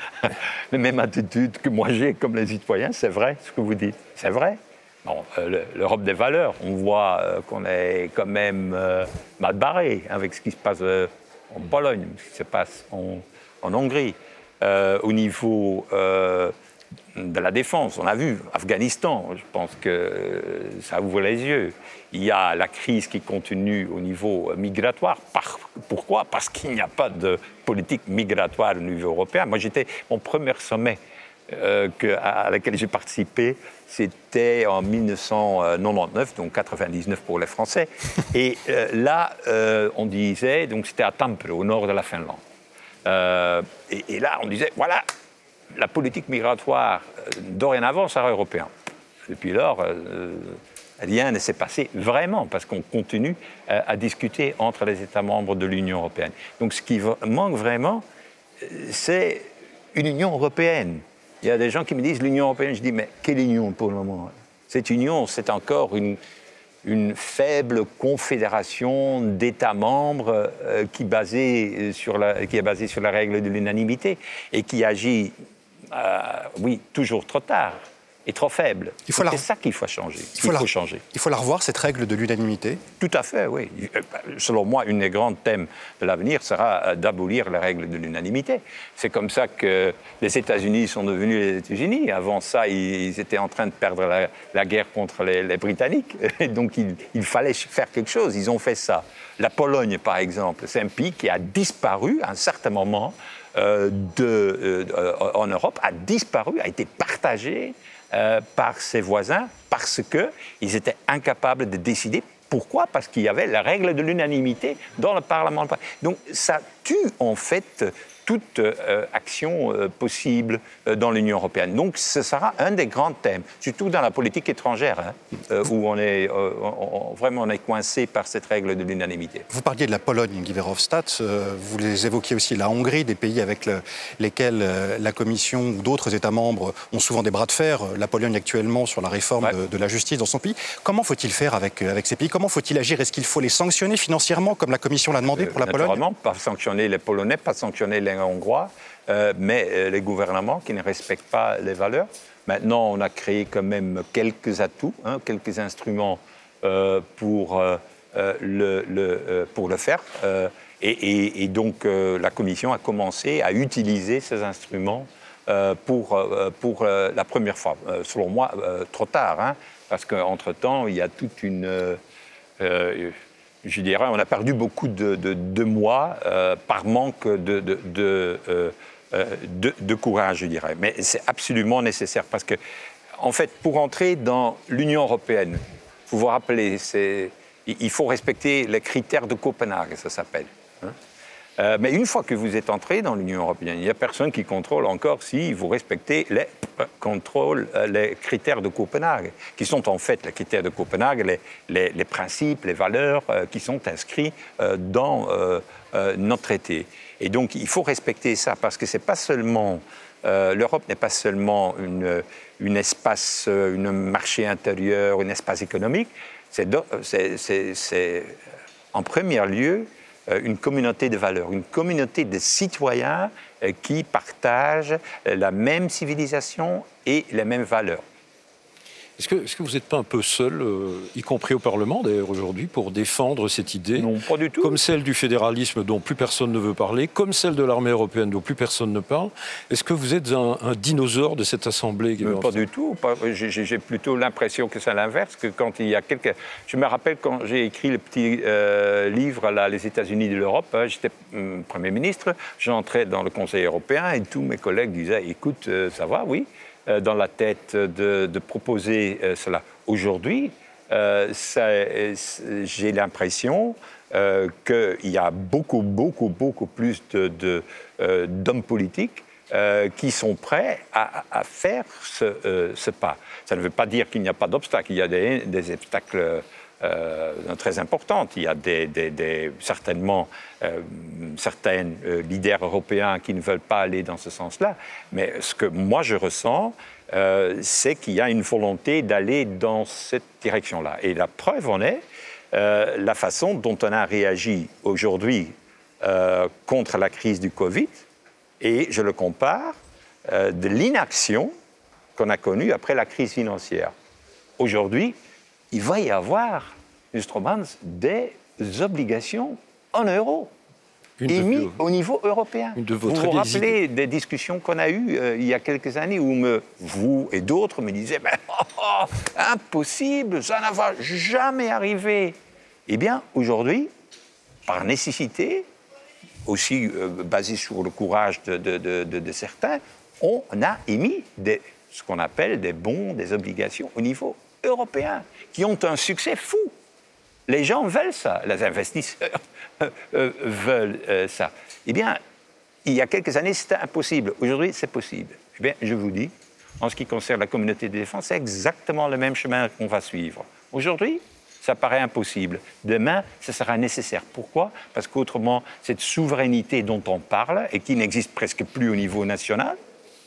la même attitude que moi j'ai comme les citoyens, c'est vrai ce que vous dites, c'est vrai. Bon, euh, l'Europe des valeurs, on voit euh, qu'on est quand même euh, mal barré avec ce qui se passe euh, en Pologne, ce qui se passe en, en Hongrie. Euh, au niveau euh, de la défense, on a vu Afghanistan, je pense que ça ouvre les yeux. Il y a la crise qui continue au niveau migratoire. Par, pourquoi ? Parce qu'il n'y a pas de politique migratoire au niveau européen. Moi, j'étais mon premier sommet euh, que, à, à laquelle j'ai participé, c'était en mille neuf cent quatre-vingt-dix-neuf, donc quatre-vingt-dix-neuf pour les Français. Et euh, là, euh, on disait, donc c'était à Tampere, au nord de la Finlande. Euh, et, et là, on disait, voilà, la politique migratoire, euh, dorénavant, sera européenne. Depuis lors, euh, rien ne s'est passé vraiment, parce qu'on continue euh, à discuter entre les États membres de l'Union européenne. Donc ce qui manque vraiment, c'est une Union européenne. Il y a des gens qui me disent l'Union européenne, je dis, mais quelle union pour le moment ? Cette union, c'est encore une... une faible confédération d'États membres euh, qui, basée sur la, qui est basée sur la règle de l'unanimité et qui agit, euh, oui, toujours trop tard et trop faible. C'est la... ça qu'il faut changer. Il faut, il, la... faut changer. il faut la revoir, cette règle de l'unanimité ? Tout à fait, oui. Selon moi, un des grands thèmes de l'avenir sera d'abolir la règle de l'unanimité. C'est comme ça que les États-Unis sont devenus les États-Unis. Avant ça, ils étaient en train de perdre la, la guerre contre les, les Britanniques. Et donc, il, il fallait faire quelque chose. Ils ont fait ça. La Pologne, par exemple, c'est un pays qui a disparu à un certain moment euh, de, euh, en Europe, a disparu, a été partagé Euh, par ses voisins parce qu'ils étaient incapables de décider. Pourquoi ? Parce qu'il y avait la règle de l'unanimité dans le Parlement. Donc ça tue en fait toute euh, action euh, possible euh, dans l'Union européenne. Donc ce sera un des grands thèmes, surtout dans la politique étrangère, hein, euh, où on est, euh, on, vraiment on est coincé par cette règle de l'unanimité. Vous parliez de la Pologne, Guy Verhofstadt, euh, vous les évoquiez aussi la Hongrie, des pays avec le, lesquels euh, la Commission ou d'autres États membres ont souvent des bras de fer. La Pologne actuellement sur la réforme ouais. de, de la justice dans son pays. Comment faut-il faire avec, avec ces pays ? Comment faut-il agir ? Est-ce qu'il faut les sanctionner financièrement comme la Commission l'a demandé pour la euh, Pologne ? Naturellement, pas sanctionner les Polonais, pas sanctionner les Hongrois, euh, mais euh, les gouvernements qui ne respectent pas les valeurs. Maintenant, on a créé quand même quelques atouts, hein, quelques instruments euh, pour, euh, le, le, euh, pour le faire. Euh, Et, et, et donc euh, la Commission a commencé à utiliser ces instruments euh, pour, euh, pour euh, la première fois. Euh, selon moi, euh, trop tard, hein, parce qu'entre-temps, il y a toute une... Euh, euh, je dirais, on a perdu beaucoup de, de, de mois euh, par manque de, de, de, euh, de, de courage, je dirais. Mais c'est absolument nécessaire parce que, en fait, pour entrer dans l'Union européenne, vous vous rappelez, c'est, il faut respecter les critères de Copenhague, ça s'appelle. Hein. Euh, mais une fois que vous êtes entré dans l'Union européenne, il n'y a personne qui contrôle encore si vous respectez les, contrôle, les critères de Copenhague, qui sont en fait les critères de Copenhague, les, les, les principes, les valeurs euh, qui sont inscrits euh, dans euh, euh, notre traité. Et donc il faut respecter ça, parce que c'est pas seulement, euh, l'Europe n'est pas seulement une, une espace, un marché intérieur, un espace économique, c'est, c'est, c'est, c'est en premier lieu une communauté de valeurs, une communauté de citoyens qui partagent la même civilisation et les mêmes valeurs. Est-ce que, est-ce que vous n'êtes pas un peu seul, euh, y compris au Parlement d'ailleurs aujourd'hui, pour défendre cette idée? Non, pas du tout. Comme celle du fédéralisme dont plus personne ne veut parler, comme celle de l'armée européenne dont plus personne ne parle. Est-ce que vous êtes un, un dinosaure de cette assemblée? euh, Pas du tout. Pas, j'ai, j'ai plutôt l'impression que c'est l'inverse, que quand il y a quelques... Je me rappelle quand j'ai écrit le petit euh, livre là, Les États-Unis de l'Europe, hein, j'étais euh, Premier ministre, j'entrais dans le Conseil européen et tous mes collègues disaient « Écoute, euh, ça va, oui ?» dans la tête de, de proposer euh, cela. Aujourd'hui, euh, ça, j'ai l'impression euh, qu'il y a beaucoup, beaucoup, beaucoup plus de, de, euh, d'hommes politiques euh, qui sont prêts à, à faire ce, euh, ce pas. Ça ne veut pas dire qu'il n'y a pas d'obstacles. Il y a des, des obstacles euh, très importants. Il y a des, des, des, certainement euh, certains euh, leaders européens qui ne veulent pas aller dans ce sens-là. Mais ce que moi je ressens, euh, c'est qu'il y a une volonté d'aller dans cette direction-là. Et la preuve en est euh, la façon dont on a réagi aujourd'hui euh, contre la crise du Covid. Et je le compare euh, de l'inaction qu'on a connue après la crise financière. Aujourd'hui, il va y avoir, justement, des obligations en euros émises au niveau européen. De vous vous rappelez des discussions qu'on a eues euh, il y a quelques années où me, vous et d'autres me disaient mais, « oh, oh, impossible, ça ne va jamais arriver ». Eh bien, aujourd'hui, par nécessité, aussi euh, basé sur le courage de, de, de, de, de certains, on a émis des, ce qu'on appelle des bons, des obligations au niveau européen, qui ont un succès fou. Les gens veulent ça, les investisseurs euh, euh, veulent euh, ça. Eh bien, il y a quelques années, c'était impossible. Aujourd'hui, c'est possible. Eh bien, je vous dis, en ce qui concerne la communauté de défense, c'est exactement le même chemin qu'on va suivre. Aujourd'hui, ça paraît impossible. Demain, ça sera nécessaire. Pourquoi? Parce qu'autrement, cette souveraineté dont on parle, et qui n'existe presque plus au niveau national,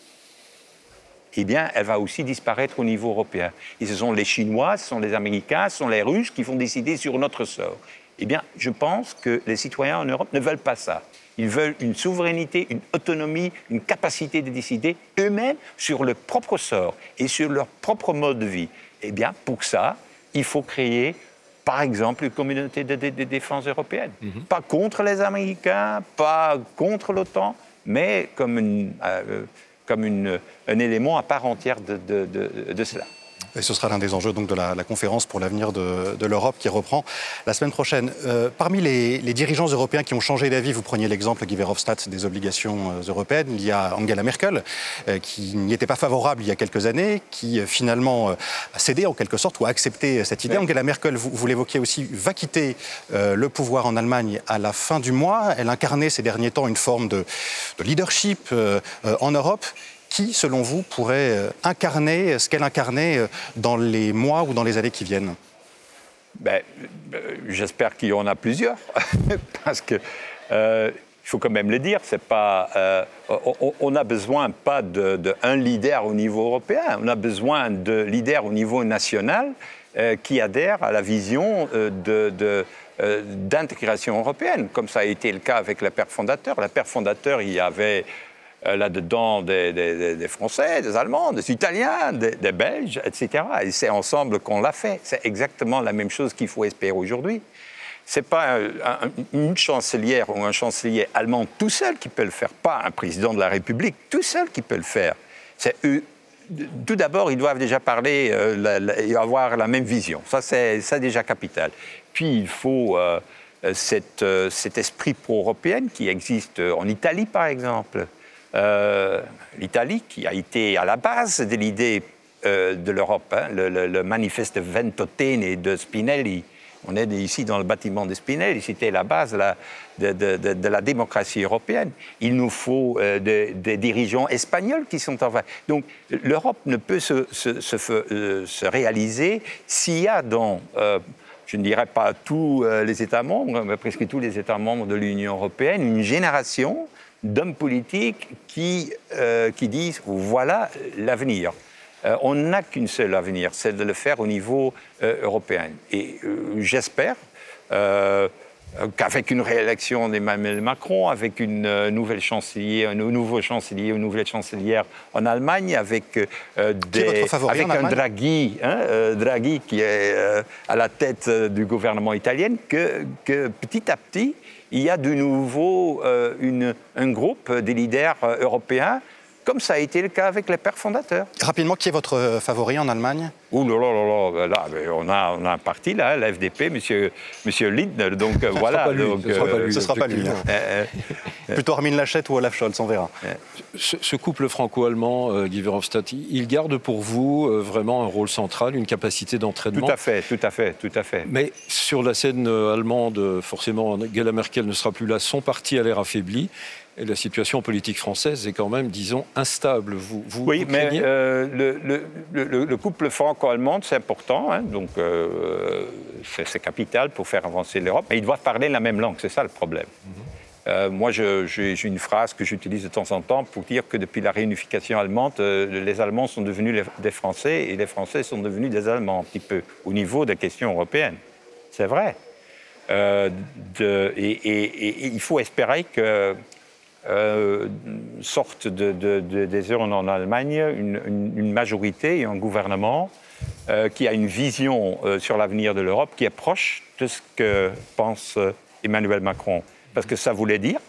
eh bien, elle va aussi disparaître au niveau européen. Et ce sont les Chinois, ce sont les Américains, ce sont les Russes qui vont décider sur notre sort. Eh bien, je pense que les citoyens en Europe ne veulent pas ça. Ils veulent une souveraineté, une autonomie, une capacité de décider eux-mêmes sur leur propre sort et sur leur propre mode de vie. Eh bien, pour ça, il faut créer, par exemple, une communauté de, de, de défense européenne. Mm-hmm. Pas contre les Américains, pas contre l'OTAN, mais comme une... Euh, comme une, un élément à part entière de, de, de, de cela. Et ce sera l'un des enjeux donc, de la, la conférence pour l'avenir de, de l'Europe qui reprend la semaine prochaine. Euh, parmi les, les dirigeants européens qui ont changé d'avis, vous preniez l'exemple, Guy Verhofstadt, des obligations euh, européennes. Il y a Angela Merkel, euh, qui n'y était pas favorable il y a quelques années, qui euh, finalement euh, a cédé en quelque sorte ou a accepté cette idée. Oui. Angela Merkel, vous, vous l'évoquiez aussi, va quitter euh, le pouvoir en Allemagne à la fin du mois. Elle incarnait ces derniers temps une forme de, de leadership euh, euh, en Europe. Qui, selon vous, pourrait incarner ce qu'elle incarnait dans les mois ou dans les années qui viennent? Ben, j'espère qu'il y en a plusieurs, parce que euh, il faut quand même le dire, c'est pas, euh, on n'a besoin pas d'un de, de leader au niveau européen, on a besoin de leaders au niveau national euh, qui adhèrent à la vision euh, de, de euh, d'intégration européenne, comme ça a été le cas avec le père fondateur. Le père fondateur, il y avait Euh, là-dedans des, des, des Français, des Allemands, des Italiens, des, des Belges, et cetera. Et c'est ensemble qu'on l'a fait. C'est exactement la même chose qu'il faut espérer aujourd'hui. Ce n'est pas un, un, une chancelière ou un chancelier allemand tout seul qui peut le faire, pas un président de la République tout seul qui peut le faire. C'est eux. Tout d'abord, ils doivent déjà parler euh, la, la, et avoir la même vision. Ça, c'est, c'est déjà capital. Puis, il faut euh, cette, euh, cet esprit pro-européen qui existe en Italie, par exemple. Euh, L'Italie, qui a été à la base de l'idée euh, de l'Europe, hein, le, le, le manifeste Ventotene de Spinelli. On est ici dans le bâtiment de Spinelli, c'était la base la, de, de, de, de la démocratie européenne. Il nous faut euh, des, des dirigeants espagnols qui sont en face. Donc l'Europe ne peut se, se, se, euh, se réaliser s'il y a dans, euh, je ne dirais pas tous euh, les États membres, mais presque tous les États membres de l'Union européenne, une génération d'hommes politiques qui, euh, qui disent voilà l'avenir. Euh, on n'a qu'une seule avenir, c'est de le faire au niveau euh, européen. Et euh, j'espère euh, qu'avec une réélection d'Emmanuel Macron, avec une euh, nouvelle chancelier, un nouveau chancelier, une nouvelle chancelière en Allemagne, avec, euh, des, avec un Draghi, hein, euh, Draghi qui est euh, à la tête euh, du gouvernement italien, que, que petit à petit, il y a de nouveau euh, une, un groupe des leaders euh, européens, comme ça a été le cas avec les pères fondateurs. Rapidement, qui est votre favori en Allemagne ? Ouh là là là là, on a, on a un parti là, la F D P, monsieur, monsieur Lindner, donc euh, voilà. Donc, ce ne sera pas lui. Ce sera pas lui. Euh, euh, Plutôt Armin Laschet ou Olaf Scholz, on verra. Ce, ce couple franco-allemand, euh, Guy Verhofstadt, il garde pour vous euh, vraiment un rôle central, une capacité d'entraînement. Tout à fait, tout à fait, tout à fait. Mais sur la scène euh, allemande, forcément, Angela Merkel ne sera plus là, son parti a l'air affaibli. Et la situation politique française est quand même, disons, instable. Vous, vous, oui, vous mais euh, le, le, le, le couple franco-allemand, c'est important, hein, donc euh, c'est, c'est capital pour faire avancer l'Europe. Mais ils doivent parler la même langue, c'est ça le problème. Mm-hmm. euh, moi, je, j'ai, j'ai une phrase que j'utilise de temps en temps pour dire que depuis la réunification allemande, euh, les Allemands sont devenus les, des Français et les Français sont devenus des Allemands, un petit peu, au niveau des questions européennes. C'est vrai. Euh, de, et, et, et, et il faut espérer que Euh, sortent de, de, de, des urnes en Allemagne une, une, une majorité et un gouvernement euh, qui a une vision euh, sur l'avenir de l'Europe qui est proche de ce que pense euh, Emmanuel Macron. Parce que ça voulait dire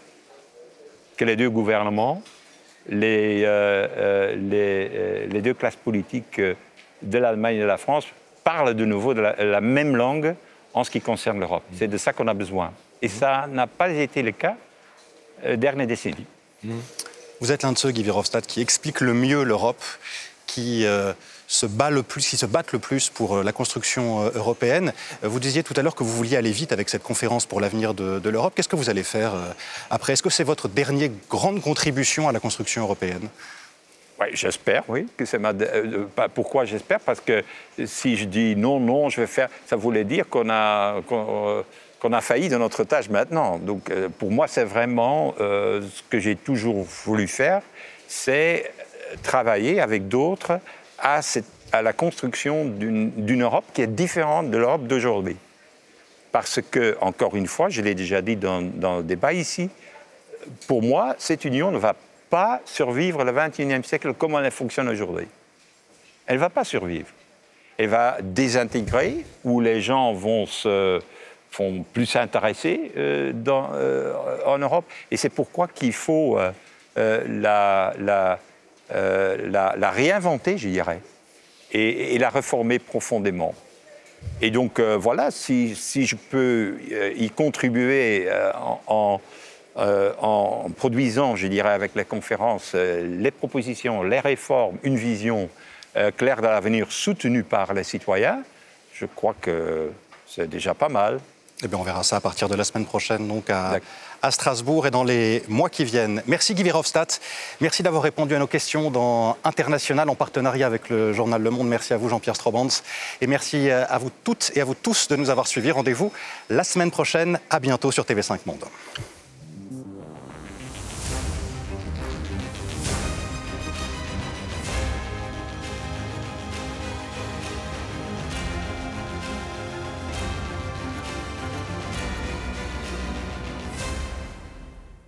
que les deux gouvernements, les, euh, euh, les, euh, les deux classes politiques de l'Allemagne et de la France parlent de nouveau de la, la même langue en ce qui concerne l'Europe. C'est de ça qu'on a besoin. Et ça n'a pas été le cas dernière décennie. Vous êtes l'un de ceux, Guy Verhofstadt, qui explique le mieux l'Europe, qui, euh, se bat le plus, qui se battent le plus pour euh, la construction euh, européenne. Vous disiez tout à l'heure que vous vouliez aller vite avec cette conférence pour l'avenir de, de l'Europe. Qu'est-ce que vous allez faire euh, après ? Est-ce que c'est votre dernière grande contribution à la construction européenne ? Oui, j'espère, oui. Que c'est ma... Pourquoi j'espère ? Parce que si je dis non, non, je vais faire... Ça voulait dire qu'on a... Qu'on... qu'on a failli dans notre tâche maintenant. Donc, euh, pour moi, c'est vraiment euh, ce que j'ai toujours voulu faire, c'est travailler avec d'autres à, cette, à la construction d'une, d'une Europe qui est différente de l'Europe d'aujourd'hui. Parce que, encore une fois, je l'ai déjà dit dans, dans le débat ici, pour moi, cette union ne va pas survivre le vingt et unième siècle comme elle fonctionne aujourd'hui. Elle ne va pas survivre. Elle va désintégrer, où les gens vont se... font plus s'intéresser euh, dans, euh, en Europe. Et c'est pourquoi qu'il faut euh, euh, la, la, euh, la, la réinventer, je dirais, et, et la réformer profondément. Et donc, euh, voilà, si, si je peux euh, y contribuer euh, en, en, euh, en produisant, je dirais, avec les conférences, euh, les propositions, les réformes, une vision euh, claire de l'avenir soutenue par les citoyens, je crois que c'est déjà pas mal. Eh bien, on verra ça à partir de la semaine prochaine, donc à, à Strasbourg et dans les mois qui viennent. Merci Guy Verhofstadt. Merci d'avoir répondu à nos questions dans International en partenariat avec le journal Le Monde. Merci à vous, Jean-Pierre Strobans. Et merci à vous toutes et à vous tous de nous avoir suivis. Rendez-vous la semaine prochaine. À bientôt sur T V cinq Monde.